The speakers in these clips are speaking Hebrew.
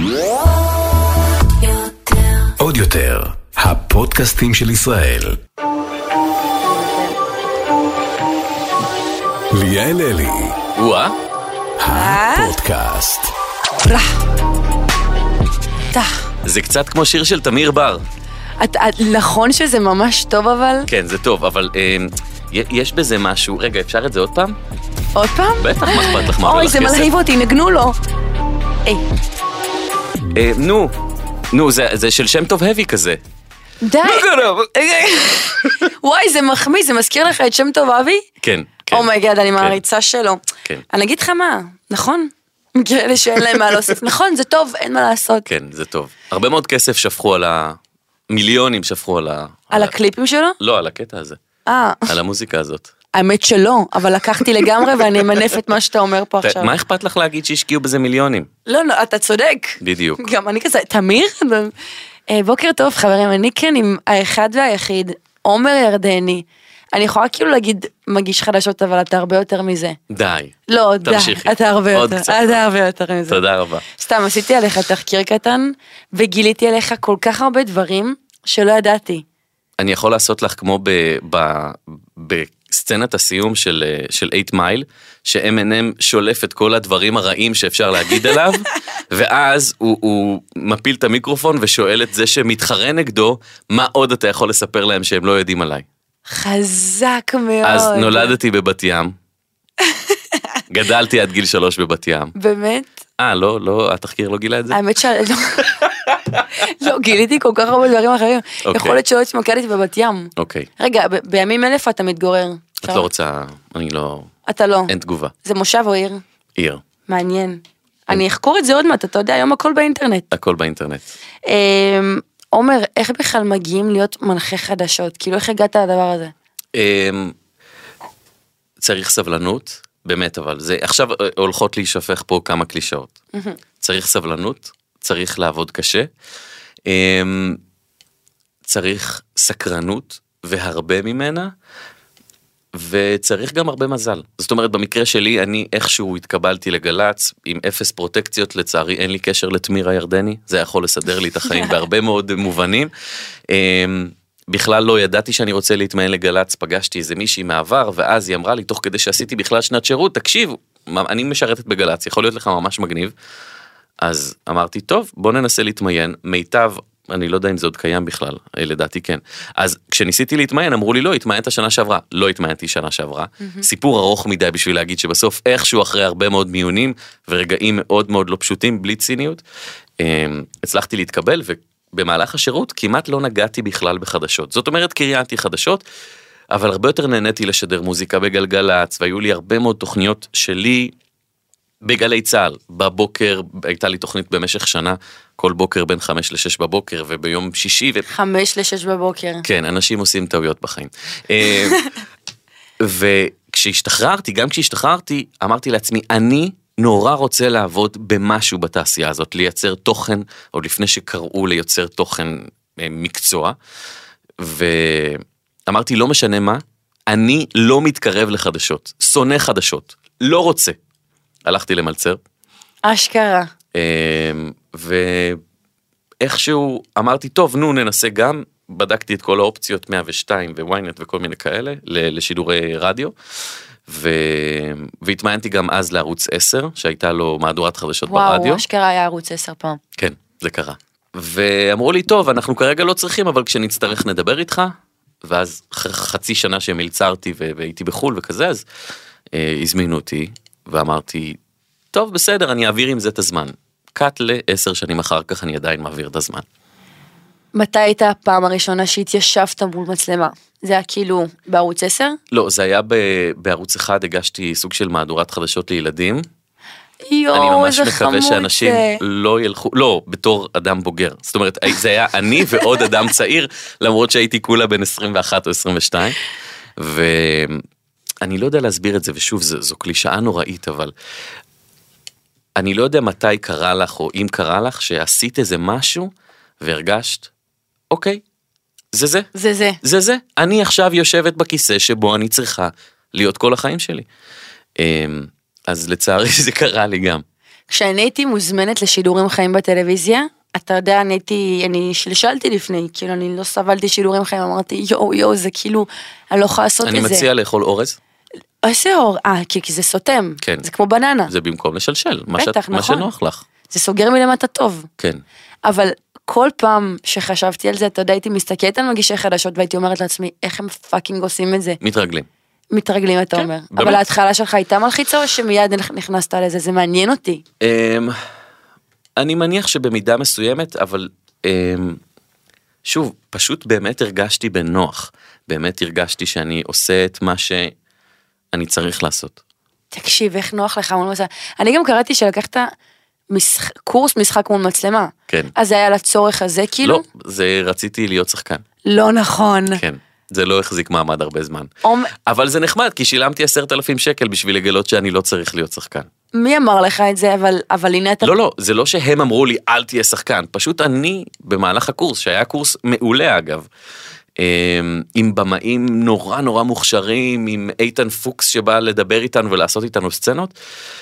עוד יותר, הפודקאסטים של ישראל. ליאל אלי. וואה? הפודקאסט. זה קצת כמו שיר של תמיר בר. נכון שזה ממש טוב אבל? כן, זה טוב, אבל יש בזה משהו. רגע, אפשר את זה עוד פעם? עוד פעם? בטח, מה אכפת לך? אוי, זה מלהיב אותי, נגנו לו. נו, זה של שם טוב heavy כזה. די. וואי, זה מחמיא, זה מזכיר לך את שם טוב אבי? כן. אומייגד, אני מעריצה שלו. אני אגיד לך מה, נכון? כאלה שאין להם מה להוסיף. נכון, זה טוב, אין מה לעשות. כן, זה טוב. הרבה מאוד כסף שפכו על מיליונים שפכו על הקליפים שלו? לא, על הקטע הזה. על המוזיקה הזאת. האמת שלא, אבל לקחתי לגמרי ואני אמנף את מה שאתה אומר פה עכשיו. מה אכפת לך להגיד שהשקיעו בזה מיליונים? לא, אתה צודק. בדיוק. גם אני כזה, תמיר? בוקר טוב חברים, אני כן עם האחד והיחיד, עומר ירדני. אני יכולה כאילו להגיד מגיש חדשות, אבל אתה הרבה יותר מזה. די. לא, די, אתה הרבה יותר מזה. תודה רבה. סתם, עשיתי עליך תחקיר קטן, וגיליתי עליך כל כך הרבה דברים שלא ידעתי. אני יכול לעשות לך כמו בסצנת הסיום של 8 מייל, ש-M&M שולף את כל הדברים הרעים שאפשר להגיד עליו, ואז הוא מפיל את המיקרופון ושואל את זה שמתחרה נגדו, מה עוד אתה יכול לספר להם שהם לא יודעים עליי. חזק מאוד. אז נולדתי בבת ים, גדלתי עד גיל 3 בבת ים. באמת? לא, התחקיר לא גילה את זה? האמת לא, גיליתי כל כך הרבה דברים אחרים. יכול להיות שלא התמקדתי בבת ים. אוקיי. רגע, בימים אלף אתה מתגורר. את לא רוצה, אני לא... אתה לא. אין תגובה. זה מושב או עיר? עיר. מעניין. אני אחקור את זה עוד מעט, אתה יודע, היום הכל באינטרנט. הכל באינטרנט. עומר, איך בכלל מגיעים להיות מנחה חדשות? כאילו, איך הגעת לדבר הזה? צריך סבלנות, באמת, אבל זה, עכשיו הולכות להישפך פה כמה קלישאות. צריך סבלנות, צריך לעבוד קשה, צריך סקרנות והרבה ממנה, וצריך גם הרבה מזל. זאת אומרת, במקרה שלי, אני איכשהו התקבלתי לגלץ, עם 0 פרוטקציות, לצערי אין לי קשר לתמיר הירדני, זה יכול לסדר לי את החיים בהרבה מאוד מובנים. בכלל לא ידעתי שאני רוצה להתמיין לגלץ, פגשתי איזה מישהי מעבר, ואז היא אמרה לי, תוך כדי שעשיתי בכלל שנת שירות, תקשיב, אני משרתת בגלץ, יכול להיות לך ממש מגניב. אז אמרתי, טוב, בוא ננסה להתמיין, מיטב, אני לא יודע אם זה עוד קיים בכלל, לדעתי כן. אז כשניסיתי להתמיין, אמרו לי, לא, התמיינת שנה שעברה. לא התמיינתי שנה שעברה. סיפור ארוך מדי בשביל להגיד שבסוף איכשהו אחרי הרבה מאוד מיונים, ורגעים מאוד מאוד לא פשוטים, בלי ציניות, הצלחתי להתקבל, ובמהלך השירות כמעט לא נגעתי בכלל בחדשות. זאת אומרת, קריינתי חדשות, אבל הרבה יותר נהניתי לשדר מוזיקה בגלגלץ, והיו לי הרבה מאוד תוכניות שלי, בגלי צהל, בבוקר, הייתה לי תוכנית במשך שנה, כל בוקר בין 5 ל-6 בבוקר, וביום שישי... 5 ל-6 בבוקר. כן, אנשים עושים טעויות בחיים. וכשהשתחררתי, גם כשהשתחררתי, אמרתי לעצמי, אני נורא רוצה לעבוד במשהו בתעשייה הזאת, לייצר תוכן, או לפני שקראו לייצר תוכן מקצוע, ואמרתי, לא משנה מה, אני לא מתקרב לחדשות, שונא חדשות, לא רוצה. הלכתי למלצר. אשכרה. ואיכשהו אמרתי, טוב, נו, ננסה גם, בדקתי את כל האופציות 102 וויינט וכל מיני כאלה, לשידורי רדיו, והתמיינתי גם אז לערוץ 10, שהייתה לו מהדורת חדשות ברדיו. וואו, אשכרה היה ערוץ 10 פעם. כן, זה קרה. ואמרו לי, טוב, אנחנו כרגע לא צריכים, אבל כשנצטרך נדבר איתך, ואז חצי שנה שמלצרתי והייתי בחול וכזה, אז הזמינו אותי, ואמרתי, טוב, בסדר, אני אעביר עם זה את הזמן. קט ל10 שנים אחר כך, אני עדיין מעביר את הזמן. מתי הייתה הפעם הראשונה שהתיישבת מול מצלמה? זה היה כאילו בערוץ 10? לא, זה היה בערוץ 1, הגשתי סוג של מהדורת חדשות לילדים. אני ממש מקווה שאנשים לא ילכו, לא, בתור אדם בוגר. זאת אומרת, זה היה אני ועוד אדם צעיר, למרות שהייתי כולה בין 21 או 22, אני לא יודע להסביר את זה, ושוב, זו קלישאה נוראית, אבל אני לא יודע מתי קרה לך, או אם קרה לך, שעשית איזה משהו, והרגשת, אוקיי, זה. זה. אני עכשיו יושבת בכיסא, שבו אני צריכה להיות כל החיים שלי. אז לצערי זה קרה לי גם. כשאני הייתי מוזמנת לשידורים חיים בטלוויזיה, אתה יודע, אני שלשלתי לפני, כאילו אני לא סבלתי שידורים חיים, אמרתי יו, זה כאילו, אני לא יכולה לעשות את זה. אני מציע לאכול אורז. איזה אור, כי זה סותם, כן. זה כמו בננה. זה במקום לשלשל, בטח, מה נכון. שנוח לך. זה סוגר מלמטה טוב. כן. אבל כל פעם שחשבתי על זה, אתה יודע, הייתי מסתכלת על מגישי חדשות, והייתי אומרת לעצמי, איך הם פאקינג עושים את זה? מתרגלים, אתה אומר. באמת. אבל ההתחלה שלך הייתה מלחיצה, או שמיד נכנסת לזה? זה מעניין אותי. אני מניח שבמידה מסוימת, אבל שוב, פשוט באמת הרגשתי בנוח. באמת הרגשתי שאני עושה את מה שאני צריך לעשות. תקשיב, איך נוח לך מול מצלמה. אני גם קראתי שלקחת קורס משחק מול מצלמה. כן. אז זה היה לצורך הזה, כאילו? לא, זה רציתי להיות שחקן. לא נכון. כן. זה לא החזיק מעמד הרבה זמן. אבל זה נחמד, כי שילמתי 10,000 שקל בשביל לגלות שאני לא צריך להיות שחקן. מי אמר לך את זה? אבל הנה אתה... לא, זה לא שהם אמרו לי, אל תהיה שחקן. פשוט אני, במהלך הקורס, שהיה קורס מעולה אגב, עם במאים נורא מוכשרים, עם איתן פוקס שבא לדבר איתנו ולעשות איתנו סצנות,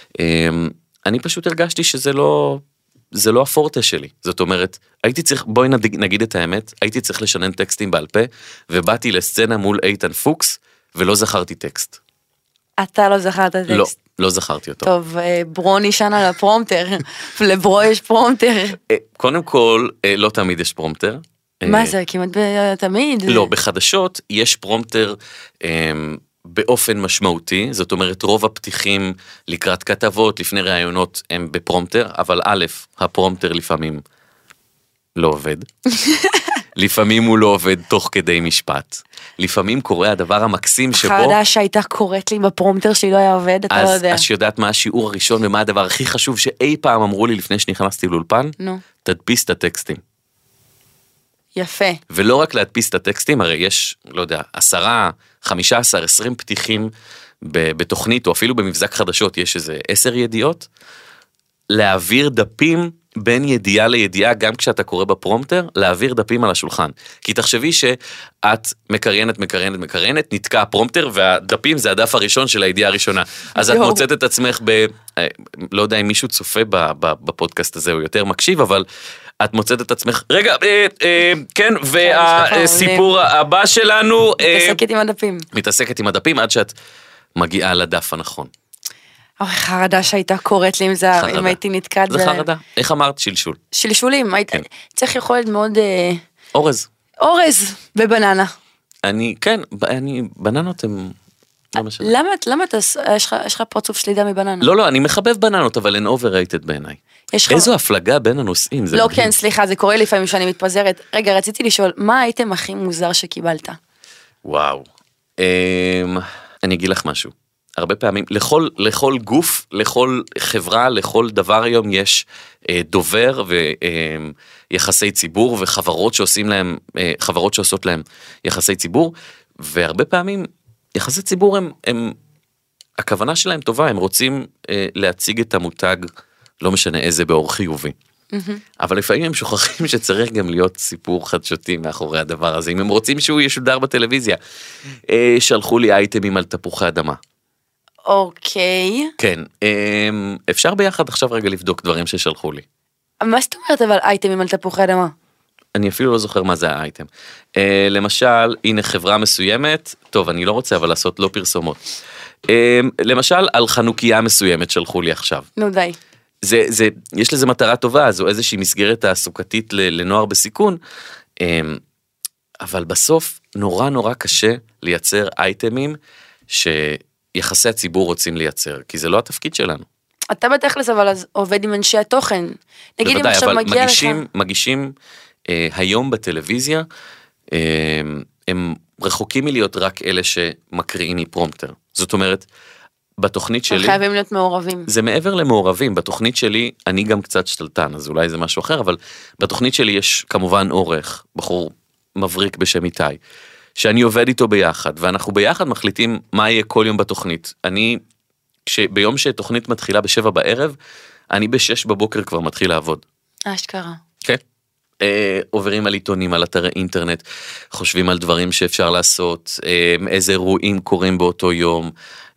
אני פשוט הרגשתי שזה לא הפורטה שלי. זאת אומרת, הייתי צריך, בואי נגיד את האמת, הייתי צריך לשנן טקסטים בעל פה, ובאתי לסצנה מול איתן פוקס, ולא זכרתי טקסט. אתה לא זכרת טקסט? לא זכרתי אותו. טוב, ברו נשען על הפרומטר, לברו יש פרומטר. קודם כל, לא תמיד יש פרומטר. מה זה, כמעט תמיד? לא, בחדשות יש פרומטר באופן משמעותי, זאת אומרת רוב הפתיחים לקראת כתבות, לפני ראיונות הם בפרומטר, אבל א', הפרומטר לפעמים לא עובד. לפעמים הוא לא עובד תוך כדי משפט. לפעמים קורה הדבר המקסים שבו... החרדה שהייתה קוראת לי בפרומטר שהיא לא היה עובד, אתה לא יודע. אז שיודעת מה השיעור הראשון ומה הדבר הכי חשוב שאי פעם אמרו לי לפני שנכנסתי לאולפן? נו. תדפיס את הטקסטים. יפה. ולא רק להדפיס את הטקסטים, הרי יש, לא יודע, 10, 15, 20 פתיחים בתוכנית, או אפילו במבזק חדשות, יש איזה 10 ידיעות, להעביר דפים בין ידיעה לידיעה, גם כשאתה קורא בפרומטר, להעביר דפים על השולחן. כי תחשבי שאת מקריינת, נתקע הפרומטר, והדפים זה הדף הראשון של הידיעה הראשונה. אז את מוצאת את עצמך לא יודע אם מישהו צופה בפודקאסט הזה, או יותר מקשיב, אבל את מוצאת את עצמך, רגע, כן, והסיפור הבא שלנו... מתעסקת עם הדפים, עד שאת מגיעה לדף הנכון. אוי, חרדה שהייתה קוראת לי אם הייתי נתקעת. זה חרדה. איך אמרת? שלשול. שלשולים, צריך יכולת מאוד... אורז ובננה. בננות הם... למה יש לך פרצוף שלידה מבננה? לא, אני מחבב בננות, אבל הן overrated בעיניי. איזו הפלגה בין הנושאים. לא, כן, סליחה, זה קורה לפעמים שאני מתפזרת. רגע, רציתי לשאול, מה האייטם הכי מוזר שקיבלת? וואו. אני אגיד לך משהו. הרבה פעמים, לכל גוף, לכל חברה, לכל דבר היום יש דובר ויחסי ציבור וחברות שעושות להם יחסי ציבור, והרבה פעמים יחסי ציבור הכוונה שלהם טובה, הם רוצים להציג את המותג, לא משנה איזה, באור חיובי. אבל לפעמים הם שוכחים שצריך גם להיות סיפור חדשותי מאחורי הדבר הזה, אם הם רוצים שהוא ישודר בטלוויזיה. שלחו לי אייטמים על תפוחי אדמה. אוקיי. כן, אפשר ביחד עכשיו רגע לבדוק דברים ששלחו לי. מה זאת אומרת אבל אייטמים על תפוחי אדמה? אני אפילו לא זוכר מה זה האייטם. למשל, הנה חברה מסוימת, טוב, אני לא רוצה אבל לעשות לא פרסומות. למשל, על חנוכיה מסוימת שלחו לי עכשיו. נו די. יש לזה מטרה טובה, זו איזושהי מסגרת תעסוקתית לנוער בסיכון, אבל בסוף נורא קשה לייצר אייטמים שיחסי הציבור רוצים לייצר, כי זה לא התפקיד שלנו. אתה בתכלס אבל אז עובד עם אנשי התוכן. נגיד אם עכשיו מגיע לך. מגישים היום בטלוויזיה, הם רחוקים מלהיות רק אלה שמקריאים מפרומטר. זאת אומרת, בתוכנית שלי... חייבים להיות מעורבים. זה מעבר למעורבים. בתוכנית שלי, אני גם קצת שתלטן, אז אולי זה משהו אחר, אבל בתוכנית שלי יש כמובן עורך, בחור מבריק בשם איתי, שאני עובד איתו ביחד, ואנחנו ביחד מחליטים מה יהיה כל יום בתוכנית. ביום שתוכנית מתחילה ב7 בערב, אני ב6 בבוקר כבר מתחיל לעבוד. אשכרה. כן. עוברים על עיתונים, על אתרי אינטרנט, חושבים על דברים שאפשר לעשות, איזה אירועים קורים באותו יום,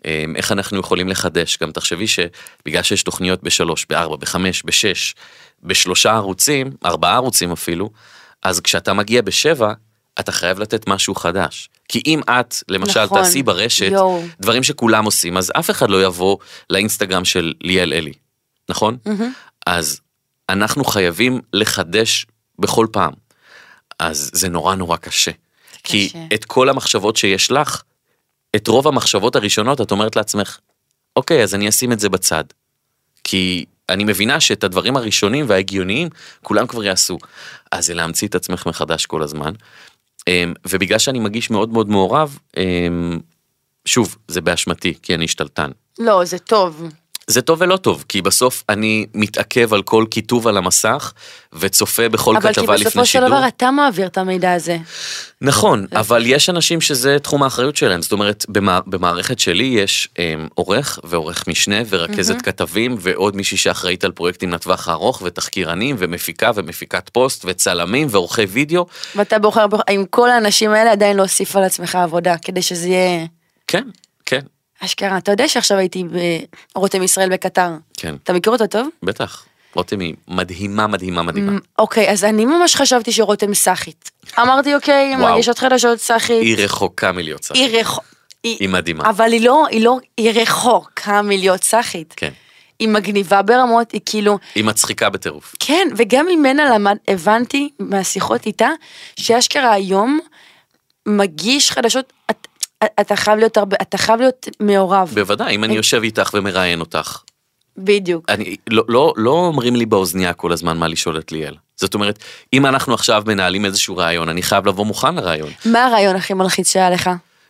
איך אנחנו יכולים לחדש, גם תחשבי שבגלל שיש תוכניות ב3, ב4, ב5, ב6, ב3 ערוצים, 4 ערוצים אפילו, אז כשאתה מגיע ב7, אתה חייב לתת משהו חדש. כי אם את, למשל, נכון. תעשי ברשת, דברים שכולם עושים, אז אף אחד לא יבוא לאינסטגרם של ליאל אלי, נכון? אז אנחנו חייבים לחדש בכל פעם. אז זה נורא נורא קשה. כי את כל המחשבות שיש לך, את רוב המחשבות הראשונות, את אומרת לעצמך, אוקיי, אז אני אשים את זה בצד. כי אני מבינה שאת הדברים הראשונים וההגיוניים, כולם כבר יעשו. אז זה להמציא את עצמך מחדש כל הזמן. ובגלל שאני מגיש מאוד מאוד מעורב, שוב, זה באשמתי, כי אני השתלטן. לא, זה טוב. זה טוב ולא טוב, כי בסוף אני מתעכב על כל כיתוב על המסך, וצופה בכל כתבה לפני שידור. אבל כי בסופו של דבר אתה מעביר את המידע הזה. נכון, אבל יש אנשים שזה תחום האחריות שלהם, זאת אומרת, במערכת שלי יש עורך ועורך משנה, ורכזת כתבים, ועוד מישהי שאחראית על פרויקטים לטווח הארוך, ותחקירנים, ומפיקה, ומפיקת פוסט, וצלמים, ועורכי וידאו. ואתה בוחר עם כל האנשים האלה עדיין להוסיף על עצמך עבודה, כדי שזה יהיה... כן, כן. אשכרה, אתה יודע שעכשיו הייתי ברותם ישראל בקטר. כן. אתה מכיר אותו טוב? בטח. רותם היא מדהימה, מדהימה, מדהימה. אוקיי, אז אני ממש חשבתי שרותם סאחית. אמרתי, אוקיי, מגישות חדשות סאחית. היא רחוקה מלהיות סאחית. היא מדהימה. אבל היא רחוקה מלהיות סאחית. כן. היא מגניבה ברמות, היא כאילו... היא מצחיקה בטירוף. כן, וגם ממנה הבנתי מהשיחות איתה, שאשכרה היום מגיש חדשות... אתה חייב להיות מעורב. בוודאי, אם אני יושב איתך ומראיין אותך. בדיוק. לא אומרים לי באוזניה כל הזמן מה לשאול את ליאל. זאת אומרת, אם אנחנו עכשיו מנהלים איזשהו רעיון, אני חייב לבוא מוכן לרעיון. מה הרעיון הכי מלחיץ שהיה לך?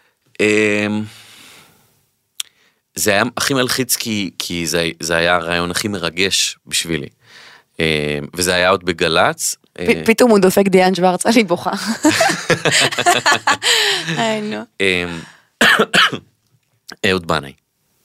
זה היה הכי מלחיץ כי זה היה הרעיון הכי מרגש בשבילי. וזה היה עוד בגלץ. פתאום הוא דופק דיין שוורץ, אני בוכה. אהוד בנאי.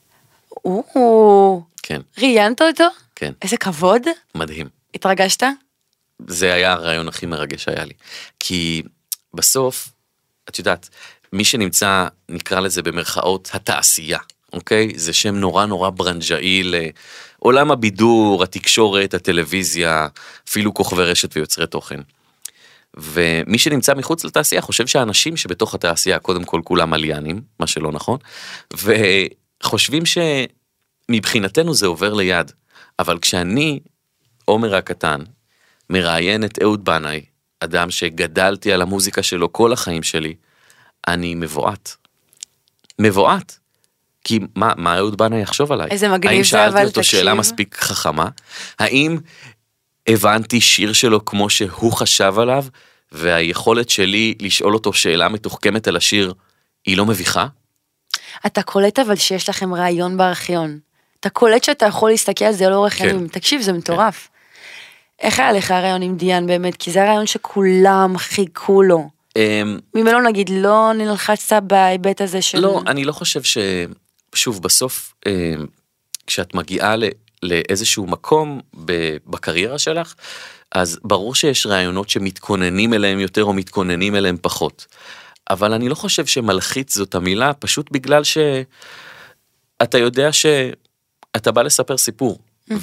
כן. ראיינת אותו? כן. איזה כבוד. מדהים. התרגשת? זה היה הרעיון הכי מרגש שהיה לי. כי בסוף, את יודעת, מי שנמצא, נקרא לזה במרכאות, התעשייה, אוקיי? זה שם נורא נורא ברנג'אי לעולם הבידור, התקשורת, הטלוויזיה, אפילו כוכבי רשת ויוצרי תוכן. ומי שנמצא מחוץ לתעשייה חושב שהאנשים שבתוך התעשייה, קודם כל כולם עליינים, מה שלא נכון, וחושבים שמבחינתנו זה עובר ליד. אבל כשאני, עומר הקטן, מראיין את אהוד בנאי, אדם שגדלתי על המוזיקה שלו כל החיים שלי, אני מבועת. מבועת. כי מה אהוד בנאי יחשוב עליי? איזה מגניב האם זה, אבל שאלתי אותו תקשיב. שאלה מספיק חכמה? האם הבנתי שיר שלו כמו שהוא חשב עליו, והיכולת שלי לשאול אותו שאלה מתוחכמת על השיר, היא לא מביכה? אתה קולט אבל שיש לכם רעיון בארכיון. אתה קולט שאתה יכול להסתכל על זה לאורך ימים. תקשיב, זה מטורף. איך היה לך הרעיון עם דיין באמת? כי זה הרעיון שכולם חיכו לו. ממנו נגיד, לא נלחצת בהיבט הזה של... לא, אני לא חושב שוב, בסוף, כשאת מגיעה לאיזשהו מקום בקריירה שלך, אז ברור שיש רעיונות שמתכוננים אליהם יותר או מתכוננים אליהם פחות. אבל אני לא חושב שמלחיץ זאת המילה, פשוט בגלל שאתה יודע שאתה בא לספר סיפור,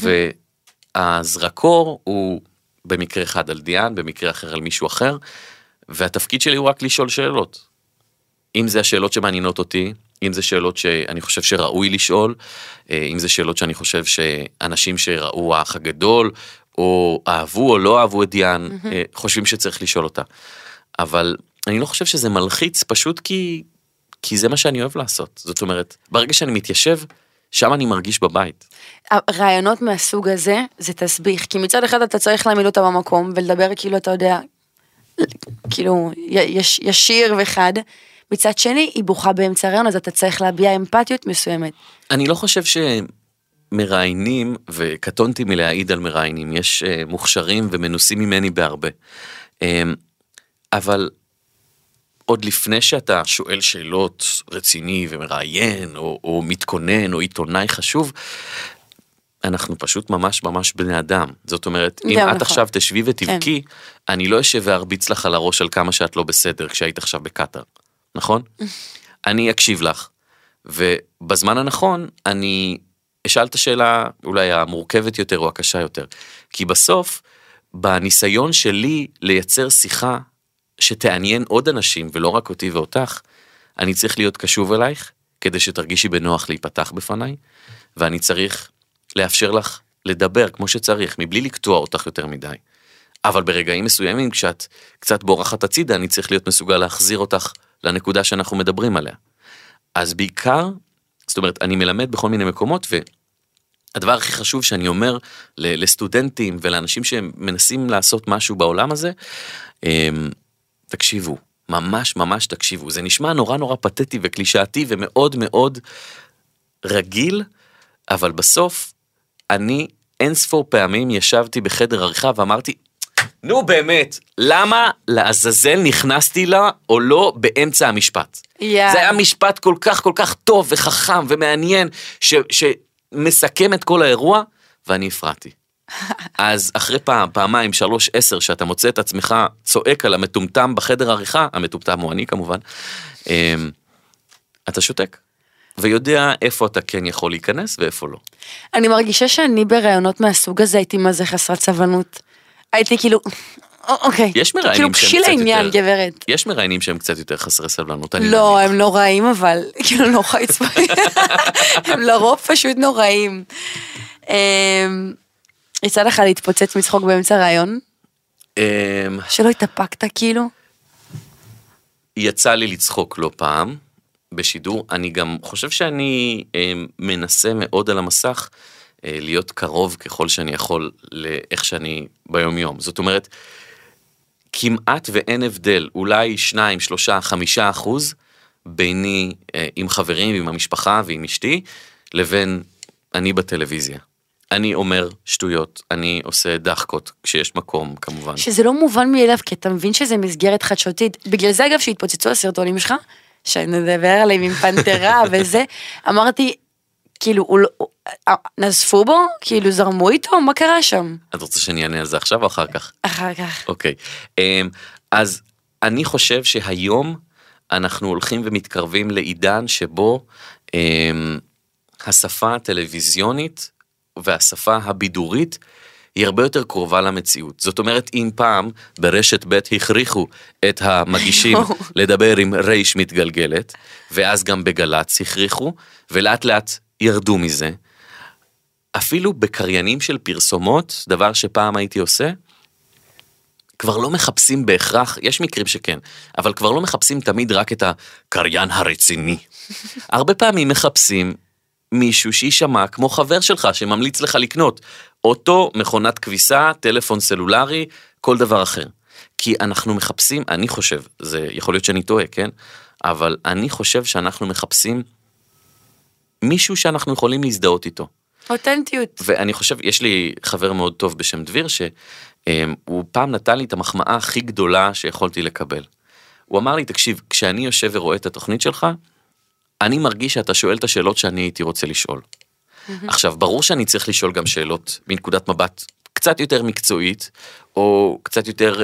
והזרקור הוא במקרה אחד על דיין, במקרה אחר על מישהו אחר, והתפקיד שלי הוא רק לשאול שאלות. אם זה השאלות שמעניינות אותי, אם זה שאלות שאני חושב שראוי לשאול, אם זה שאלות שאני חושב שאנשים שראו האח הגדול, או אהבו או לא אהבו את דיין, חושבים שצריך לשאול אותה. אבל אני לא חושב שזה מלחיץ, פשוט כי זה מה שאני אוהב לעשות. זאת אומרת, ברגע שאני מתיישב, שם אני מרגיש בבית. רעיונות מהסוג הזה, זה תסביך, כי מצד אחד אתה צריך להעמיד אותה במקום, ולדבר כאילו אתה יודע, כאילו ישיר וחד, מצד שני היא בוכה באמצע הרעיון, אז אתה צריך להביע אמפתיות מסוימת. אני לא חושב שמראיינים, וקטונתי מלהעיד על מראיינים, יש מוכשרים ומנוסים ממני בהרבה. אבל עוד לפני שאתה שואל שאלות רציני ומראיין, או מתכונן, או עיתונאי חשוב, אנחנו פשוט ממש ממש בני אדם. זאת אומרת, אם את עכשיו תשבי ותבכי, אני לא אשב וארביץ לך על הראש על כמה שאת לא בסדר, כשהיית עכשיו בקטר. נכון? אני אקשיב לך, ובזמן הנכון אני אשאל את השאלה אולי המורכבת יותר או הקשה יותר, כי בסוף בניסיון שלי לייצר שיחה שתעניין עוד אנשים ולא רק אותי ואותך, אני צריך להיות קשוב אלייך כדי שתרגישי בנוח להיפתח בפניי, ואני צריך לאפשר לך לדבר כמו שצריך, מבלי לקטוע אותך יותר מדי. אבל ברגעים מסוימים, כשאת קצת בורחת הצידה, אני צריך להיות מסוגל להחזיר אותך לנקודה שאנחנו מדברים עליה. אז בעיקר, זאת אומרת, אני מלמד בכל מיני מקומות, והדבר הכי חשוב שאני אומר לסטודנטים ולאנשים שמנסים לעשות משהו בעולם הזה, תקשיבו, ממש ממש תקשיבו. זה נשמע נורא נורא פתטי וקלישאתי ומאוד מאוד רגיל, אבל בסוף אני אין ספור פעמים ישבתי בחדר עריכה ואמרתי, נו באמת, למה לעזאזל נכנסתי לה או לא באמצע המשפט? זה היה משפט כל כך כל כך טוב וחכם ומעניין, שמסכם את כל האירוע, ואני הפרעתי. אז אחרי פעמיים, 3, 10, שאתה מוצא את עצמך צועק על המטומטם בחדר עריכה, המטומטם הוא אני כמובן, אתה שותק. ויודע איפה אתה כן יכול להיכנס ואיפה לא. אני מרגישה שאני ברעיונות מהסוג הזה הייתי מה זה חסרת סבלנות. הייתי כאילו, אוקיי. יש מראיינים כאילו פשיל העניין, גברת. יש מראיינים שהם קצת יותר חסרי סבלנות. לא, הם נוראים אבל, כאילו לא חייצבאים. הם לרוב פשוט נוראים. יצא לך להתפוצץ מצחוק באמצע רעיון? שלא התאפקת כאילו? יצא לי לצחוק לא פעם. בשידור, אני גם חושב שאני מנסה מאוד על המסך להיות קרוב ככל שאני יכול לאיך שאני ביום יום. זאת אומרת, כמעט ואין הבדל, אולי 2, 3, 5% ביני עם חברים, עם המשפחה ועם אשתי, לבין אני בטלוויזיה. אני אומר שטויות, אני עושה דחקות כשיש מקום כמובן. שזה לא מובן מאליו, כי אתה מבין שזה מסגרת חדשותית. בגלל זה אגב שהתפוצצו הסרטונים שלך, שנדבר עליהם עם פנתרה וזה, אמרתי, כאילו, נזפו בו? כאילו, זרמו איתו? מה קרה שם? את רוצה שאני אענה על זה עכשיו או אחר כך? אחר כך. אוקיי. אז אני חושב שהיום אנחנו הולכים ומתקרבים לעידן שבו השפה הטלוויזיונית והשפה הבידורית היא הרבה יותר קרובה למציאות. זאת אומרת, אם פעם ברשת ב' הכריחו את המגישים לדבר עם רייש מתגלגלת, ואז גם בגלץ הכריחו, ולאט לאט ירדו מזה. אפילו בקריינים של פרסומות, דבר שפעם הייתי עושה, כבר לא מחפשים בהכרח, יש מקרים שכן, אבל כבר לא מחפשים תמיד רק את הקריין הרציני. הרבה פעמים מחפשים מישהו שישמע כמו חבר שלך שממליץ לך לקנות אותו, מכונת כביסה, טלפון סלולרי, כל דבר אחר. כי אנחנו מחפשים, אני חושב, זה יכול להיות שאני טועה, כן? אבל אני חושב שאנחנו מחפשים מישהו שאנחנו יכולים להזדהות איתו. אותנטיות. ואני חושב, יש לי חבר מאוד טוב בשם דביר, שהוא פעם נתן לי את המחמאה הכי גדולה שיכולתי לקבל. הוא אמר לי, תקשיב, כשאני יושב ורואה את התוכנית שלך, אני מרגיש שאתה שואל את השאלות שאני הייתי רוצה לשאול. עכשיו, ברור שאני צריך לשאול גם שאלות מנקודת מבט קצת יותר מקצועית, או קצת יותר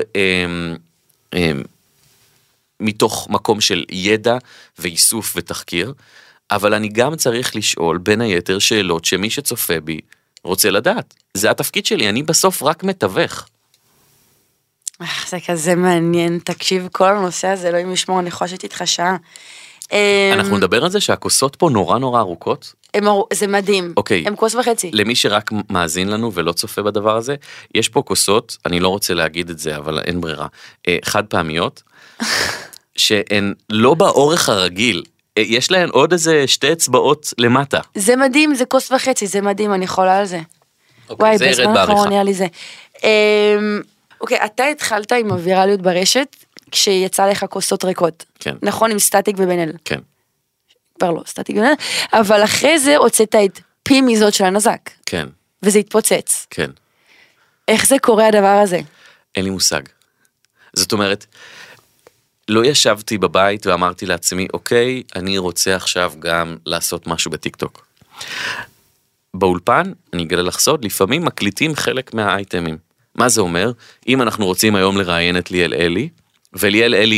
מתוך מקום של ידע ואיסוף ותחקיר, אבל אני גם צריך לשאול בין היתר שאלות שמי שצופה בי רוצה לדעת. זה התפקיד שלי, אני בסוף רק מתווך. זה כזה מעניין, תקשיב, כל הנושא הזה, לא אם ישמור, אני חושבת איתך שעה. אנחנו נדבר על זה שהכוסות פה נורא נורא ארוכות. זה מדהים, הם כוס וחצי. למי שרק מאזין לנו ולא צופה בדבר הזה, יש פה כוסות, אני לא רוצה להגיד את זה, אבל אין ברירה, חד פעמיות, שהן לא באורך הרגיל, יש להן עוד איזה 2 אצבעות למטה. זה מדהים, זה כוס וחצי, זה מדהים, אני יכולה על זה. וואי, בזמן האחרון היה לי זה. אוקיי, אתה התחלת עם הווירליות ברשת, כשיצא לך כוסות ריקות. כן. נכון, עם סטטיק ובן אל. כן. כבר לא, סטטיק ובן אל. אבל אחרי זה הוצאת את פי מזאת של הנזק. כן. וזה התפוצץ. כן. איך זה קורה הדבר הזה? אין לי מושג. זאת אומרת, לא ישבתי בבית ואמרתי לעצמי, אוקיי, אני רוצה עכשיו גם לעשות משהו בטיקטוק. באולפן, אני אגלה לך סוד, לפעמים מקליטים חלק מהאייטמים. מה זה אומר? אם אנחנו רוצים היום לראיין את ליאל אלי, וליאל אלי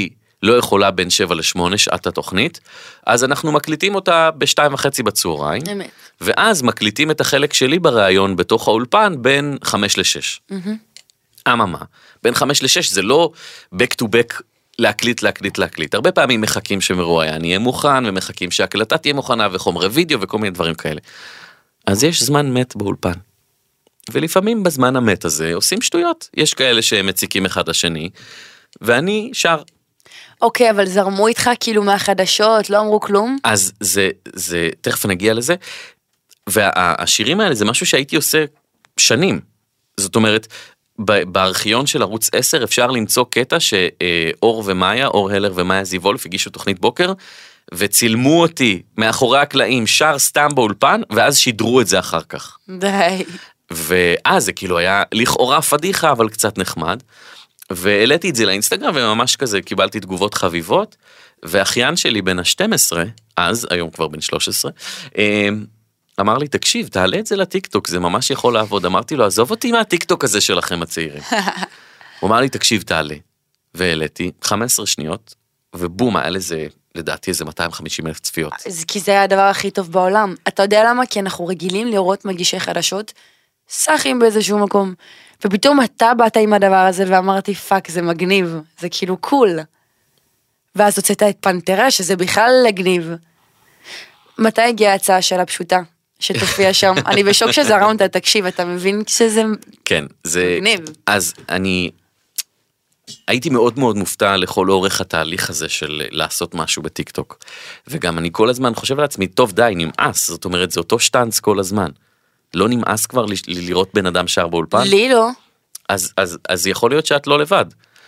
לא יכולה בין 7 ל-8 שעת התוכנית, אז אנחנו מקליטים אותה ב-2:30 בצהריים, ואז מקליטים את החלק שלי בראיון בתוך האולפן בין 5 ל-6. אממה, בין 5 ל-6 זה לא back to back להקליט. הרבה פעמים מחכים שמרואיין יהיה מוכן, ומחכים שהקלטה תהיה מוכנה, וחומרי וידאו וכל מיני דברים כאלה. אז יש זמן מת באולפן. ולפעמים בזמן המת הזה עושים שטויות. יש כאלה שהם מציקים אחד לשני, ואני שר. אוקיי, אבל זרמו איתך כאילו מהחדשות, לא אמרו כלום? אז זה תכף נגיע לזה, והשירים האלה זה משהו שהייתי עושה שנים. זאת אומרת, בארכיון של ערוץ 10 אפשר למצוא קטע שאור הלר ומאיה זיוולף הגישו תוכנית בוקר, וצילמו אותי מאחורי הקלעים, שר סתם באולפן, ואז שידרו את זה אחר כך. די. ואז זה כאילו היה לכאורה פדיחה, אבל קצת נחמד, והעליתי את זה לאינסטגרם, וממש כזה קיבלתי תגובות חביבות, ואחיין שלי בן ה-12, אז, היום כבר בן 13, אמר לי, תקשיב, תעלה את זה לטיקטוק, זה ממש יכול לעבוד. אמרתי לו, עזוב אותי מהטיקטוק הזה שלכם הצעירים. הוא אמר לי, תקשיב, תעלה. והעליתי 15 שניות, ובום, היה לזה, לדעתי, איזה 250,000 צפיות. כי זה היה הדבר הכי טוב בעולם. אתה יודע למה? כי אנחנו רגילים לראות מגישי חדשות, סחים באיזשהו מקום, ופתאום אתה באת עם הדבר הזה, ואמרתי, פאק, זה מגניב, זה כאילו קול. ואז הוצאת את פנתרה, שזה בכלל לגניב. מתי הגיעה ההצעה של הפשוטה? שתופיע שם, אני בשוק שזרמת, תקשיב, אתה מבין שזה כן, זה מגניב. אז אני הייתי מאוד מאוד מופתע לכל אורך התהליך הזה של לעשות משהו בטיקטוק, וגם אני כל הזמן חושב על עצמי, טוב די, נמאס, זאת אומרת, זה אותו שטנץ כל הזמן, לא נמאס כבר לראות בן אדם שר באולפן? לי לא. אז יכול להיות שאת לא לבד.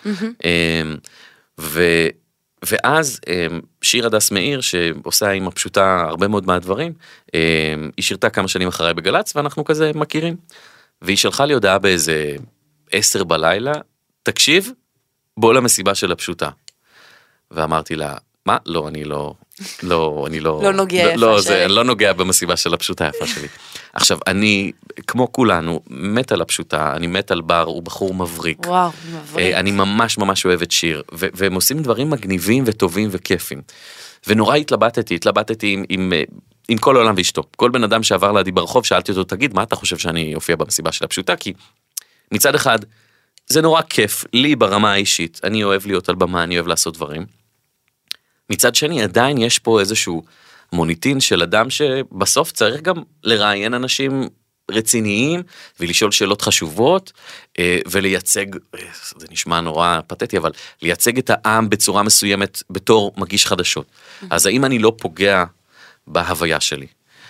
ואז שיר הדס מאיר, שעושה עם הפשוטה הרבה מאוד מהדברים, היא שירתה כמה שנים אחריי בגלץ, ואנחנו כזה מכירים. והיא שלחה לי הודעה באיזה 10 בלילה, תקשיב, בוא למסיבה של הפשוטה. ואמרתי לה, מה? לא, אני לא נוגע יפה שלי. אני לא נוגע במסיבה של הפשוטה יפה שלי. עכשיו, אני, כמו כולנו, מת על הפשוטה, אני מת על בר, הוא בחור מבריק. וואו, מבריק. אני ממש ממש אוהב את שיר, והם עושים דברים מגניבים וטובים וכיפים. ונורא התלבטתי עם כל העולם ואשתו. כל בן אדם שעבר לידי ברחוב, שאלתי אותו, תגיד, מה אתה חושב שאני אופיע במסיבה של הפשוטה? כי מצד אחד, זה נורא כיף, לי ברמה האישית, אני אוהב להיות על במה, אני אוהב לעשות דברים. מצד שני, עדיין יש פה איזשהו מוניטין של אדם שבסוף צריך גם לראיין אנשים רציניים, ולשאול שאלות חשובות, ולייצג, זה נשמע נורא פתטי, אבל לייצג את העם בצורה מסוימת בתור מגיש חדשות. אז האם אני לא פוגע בהוויה שלי?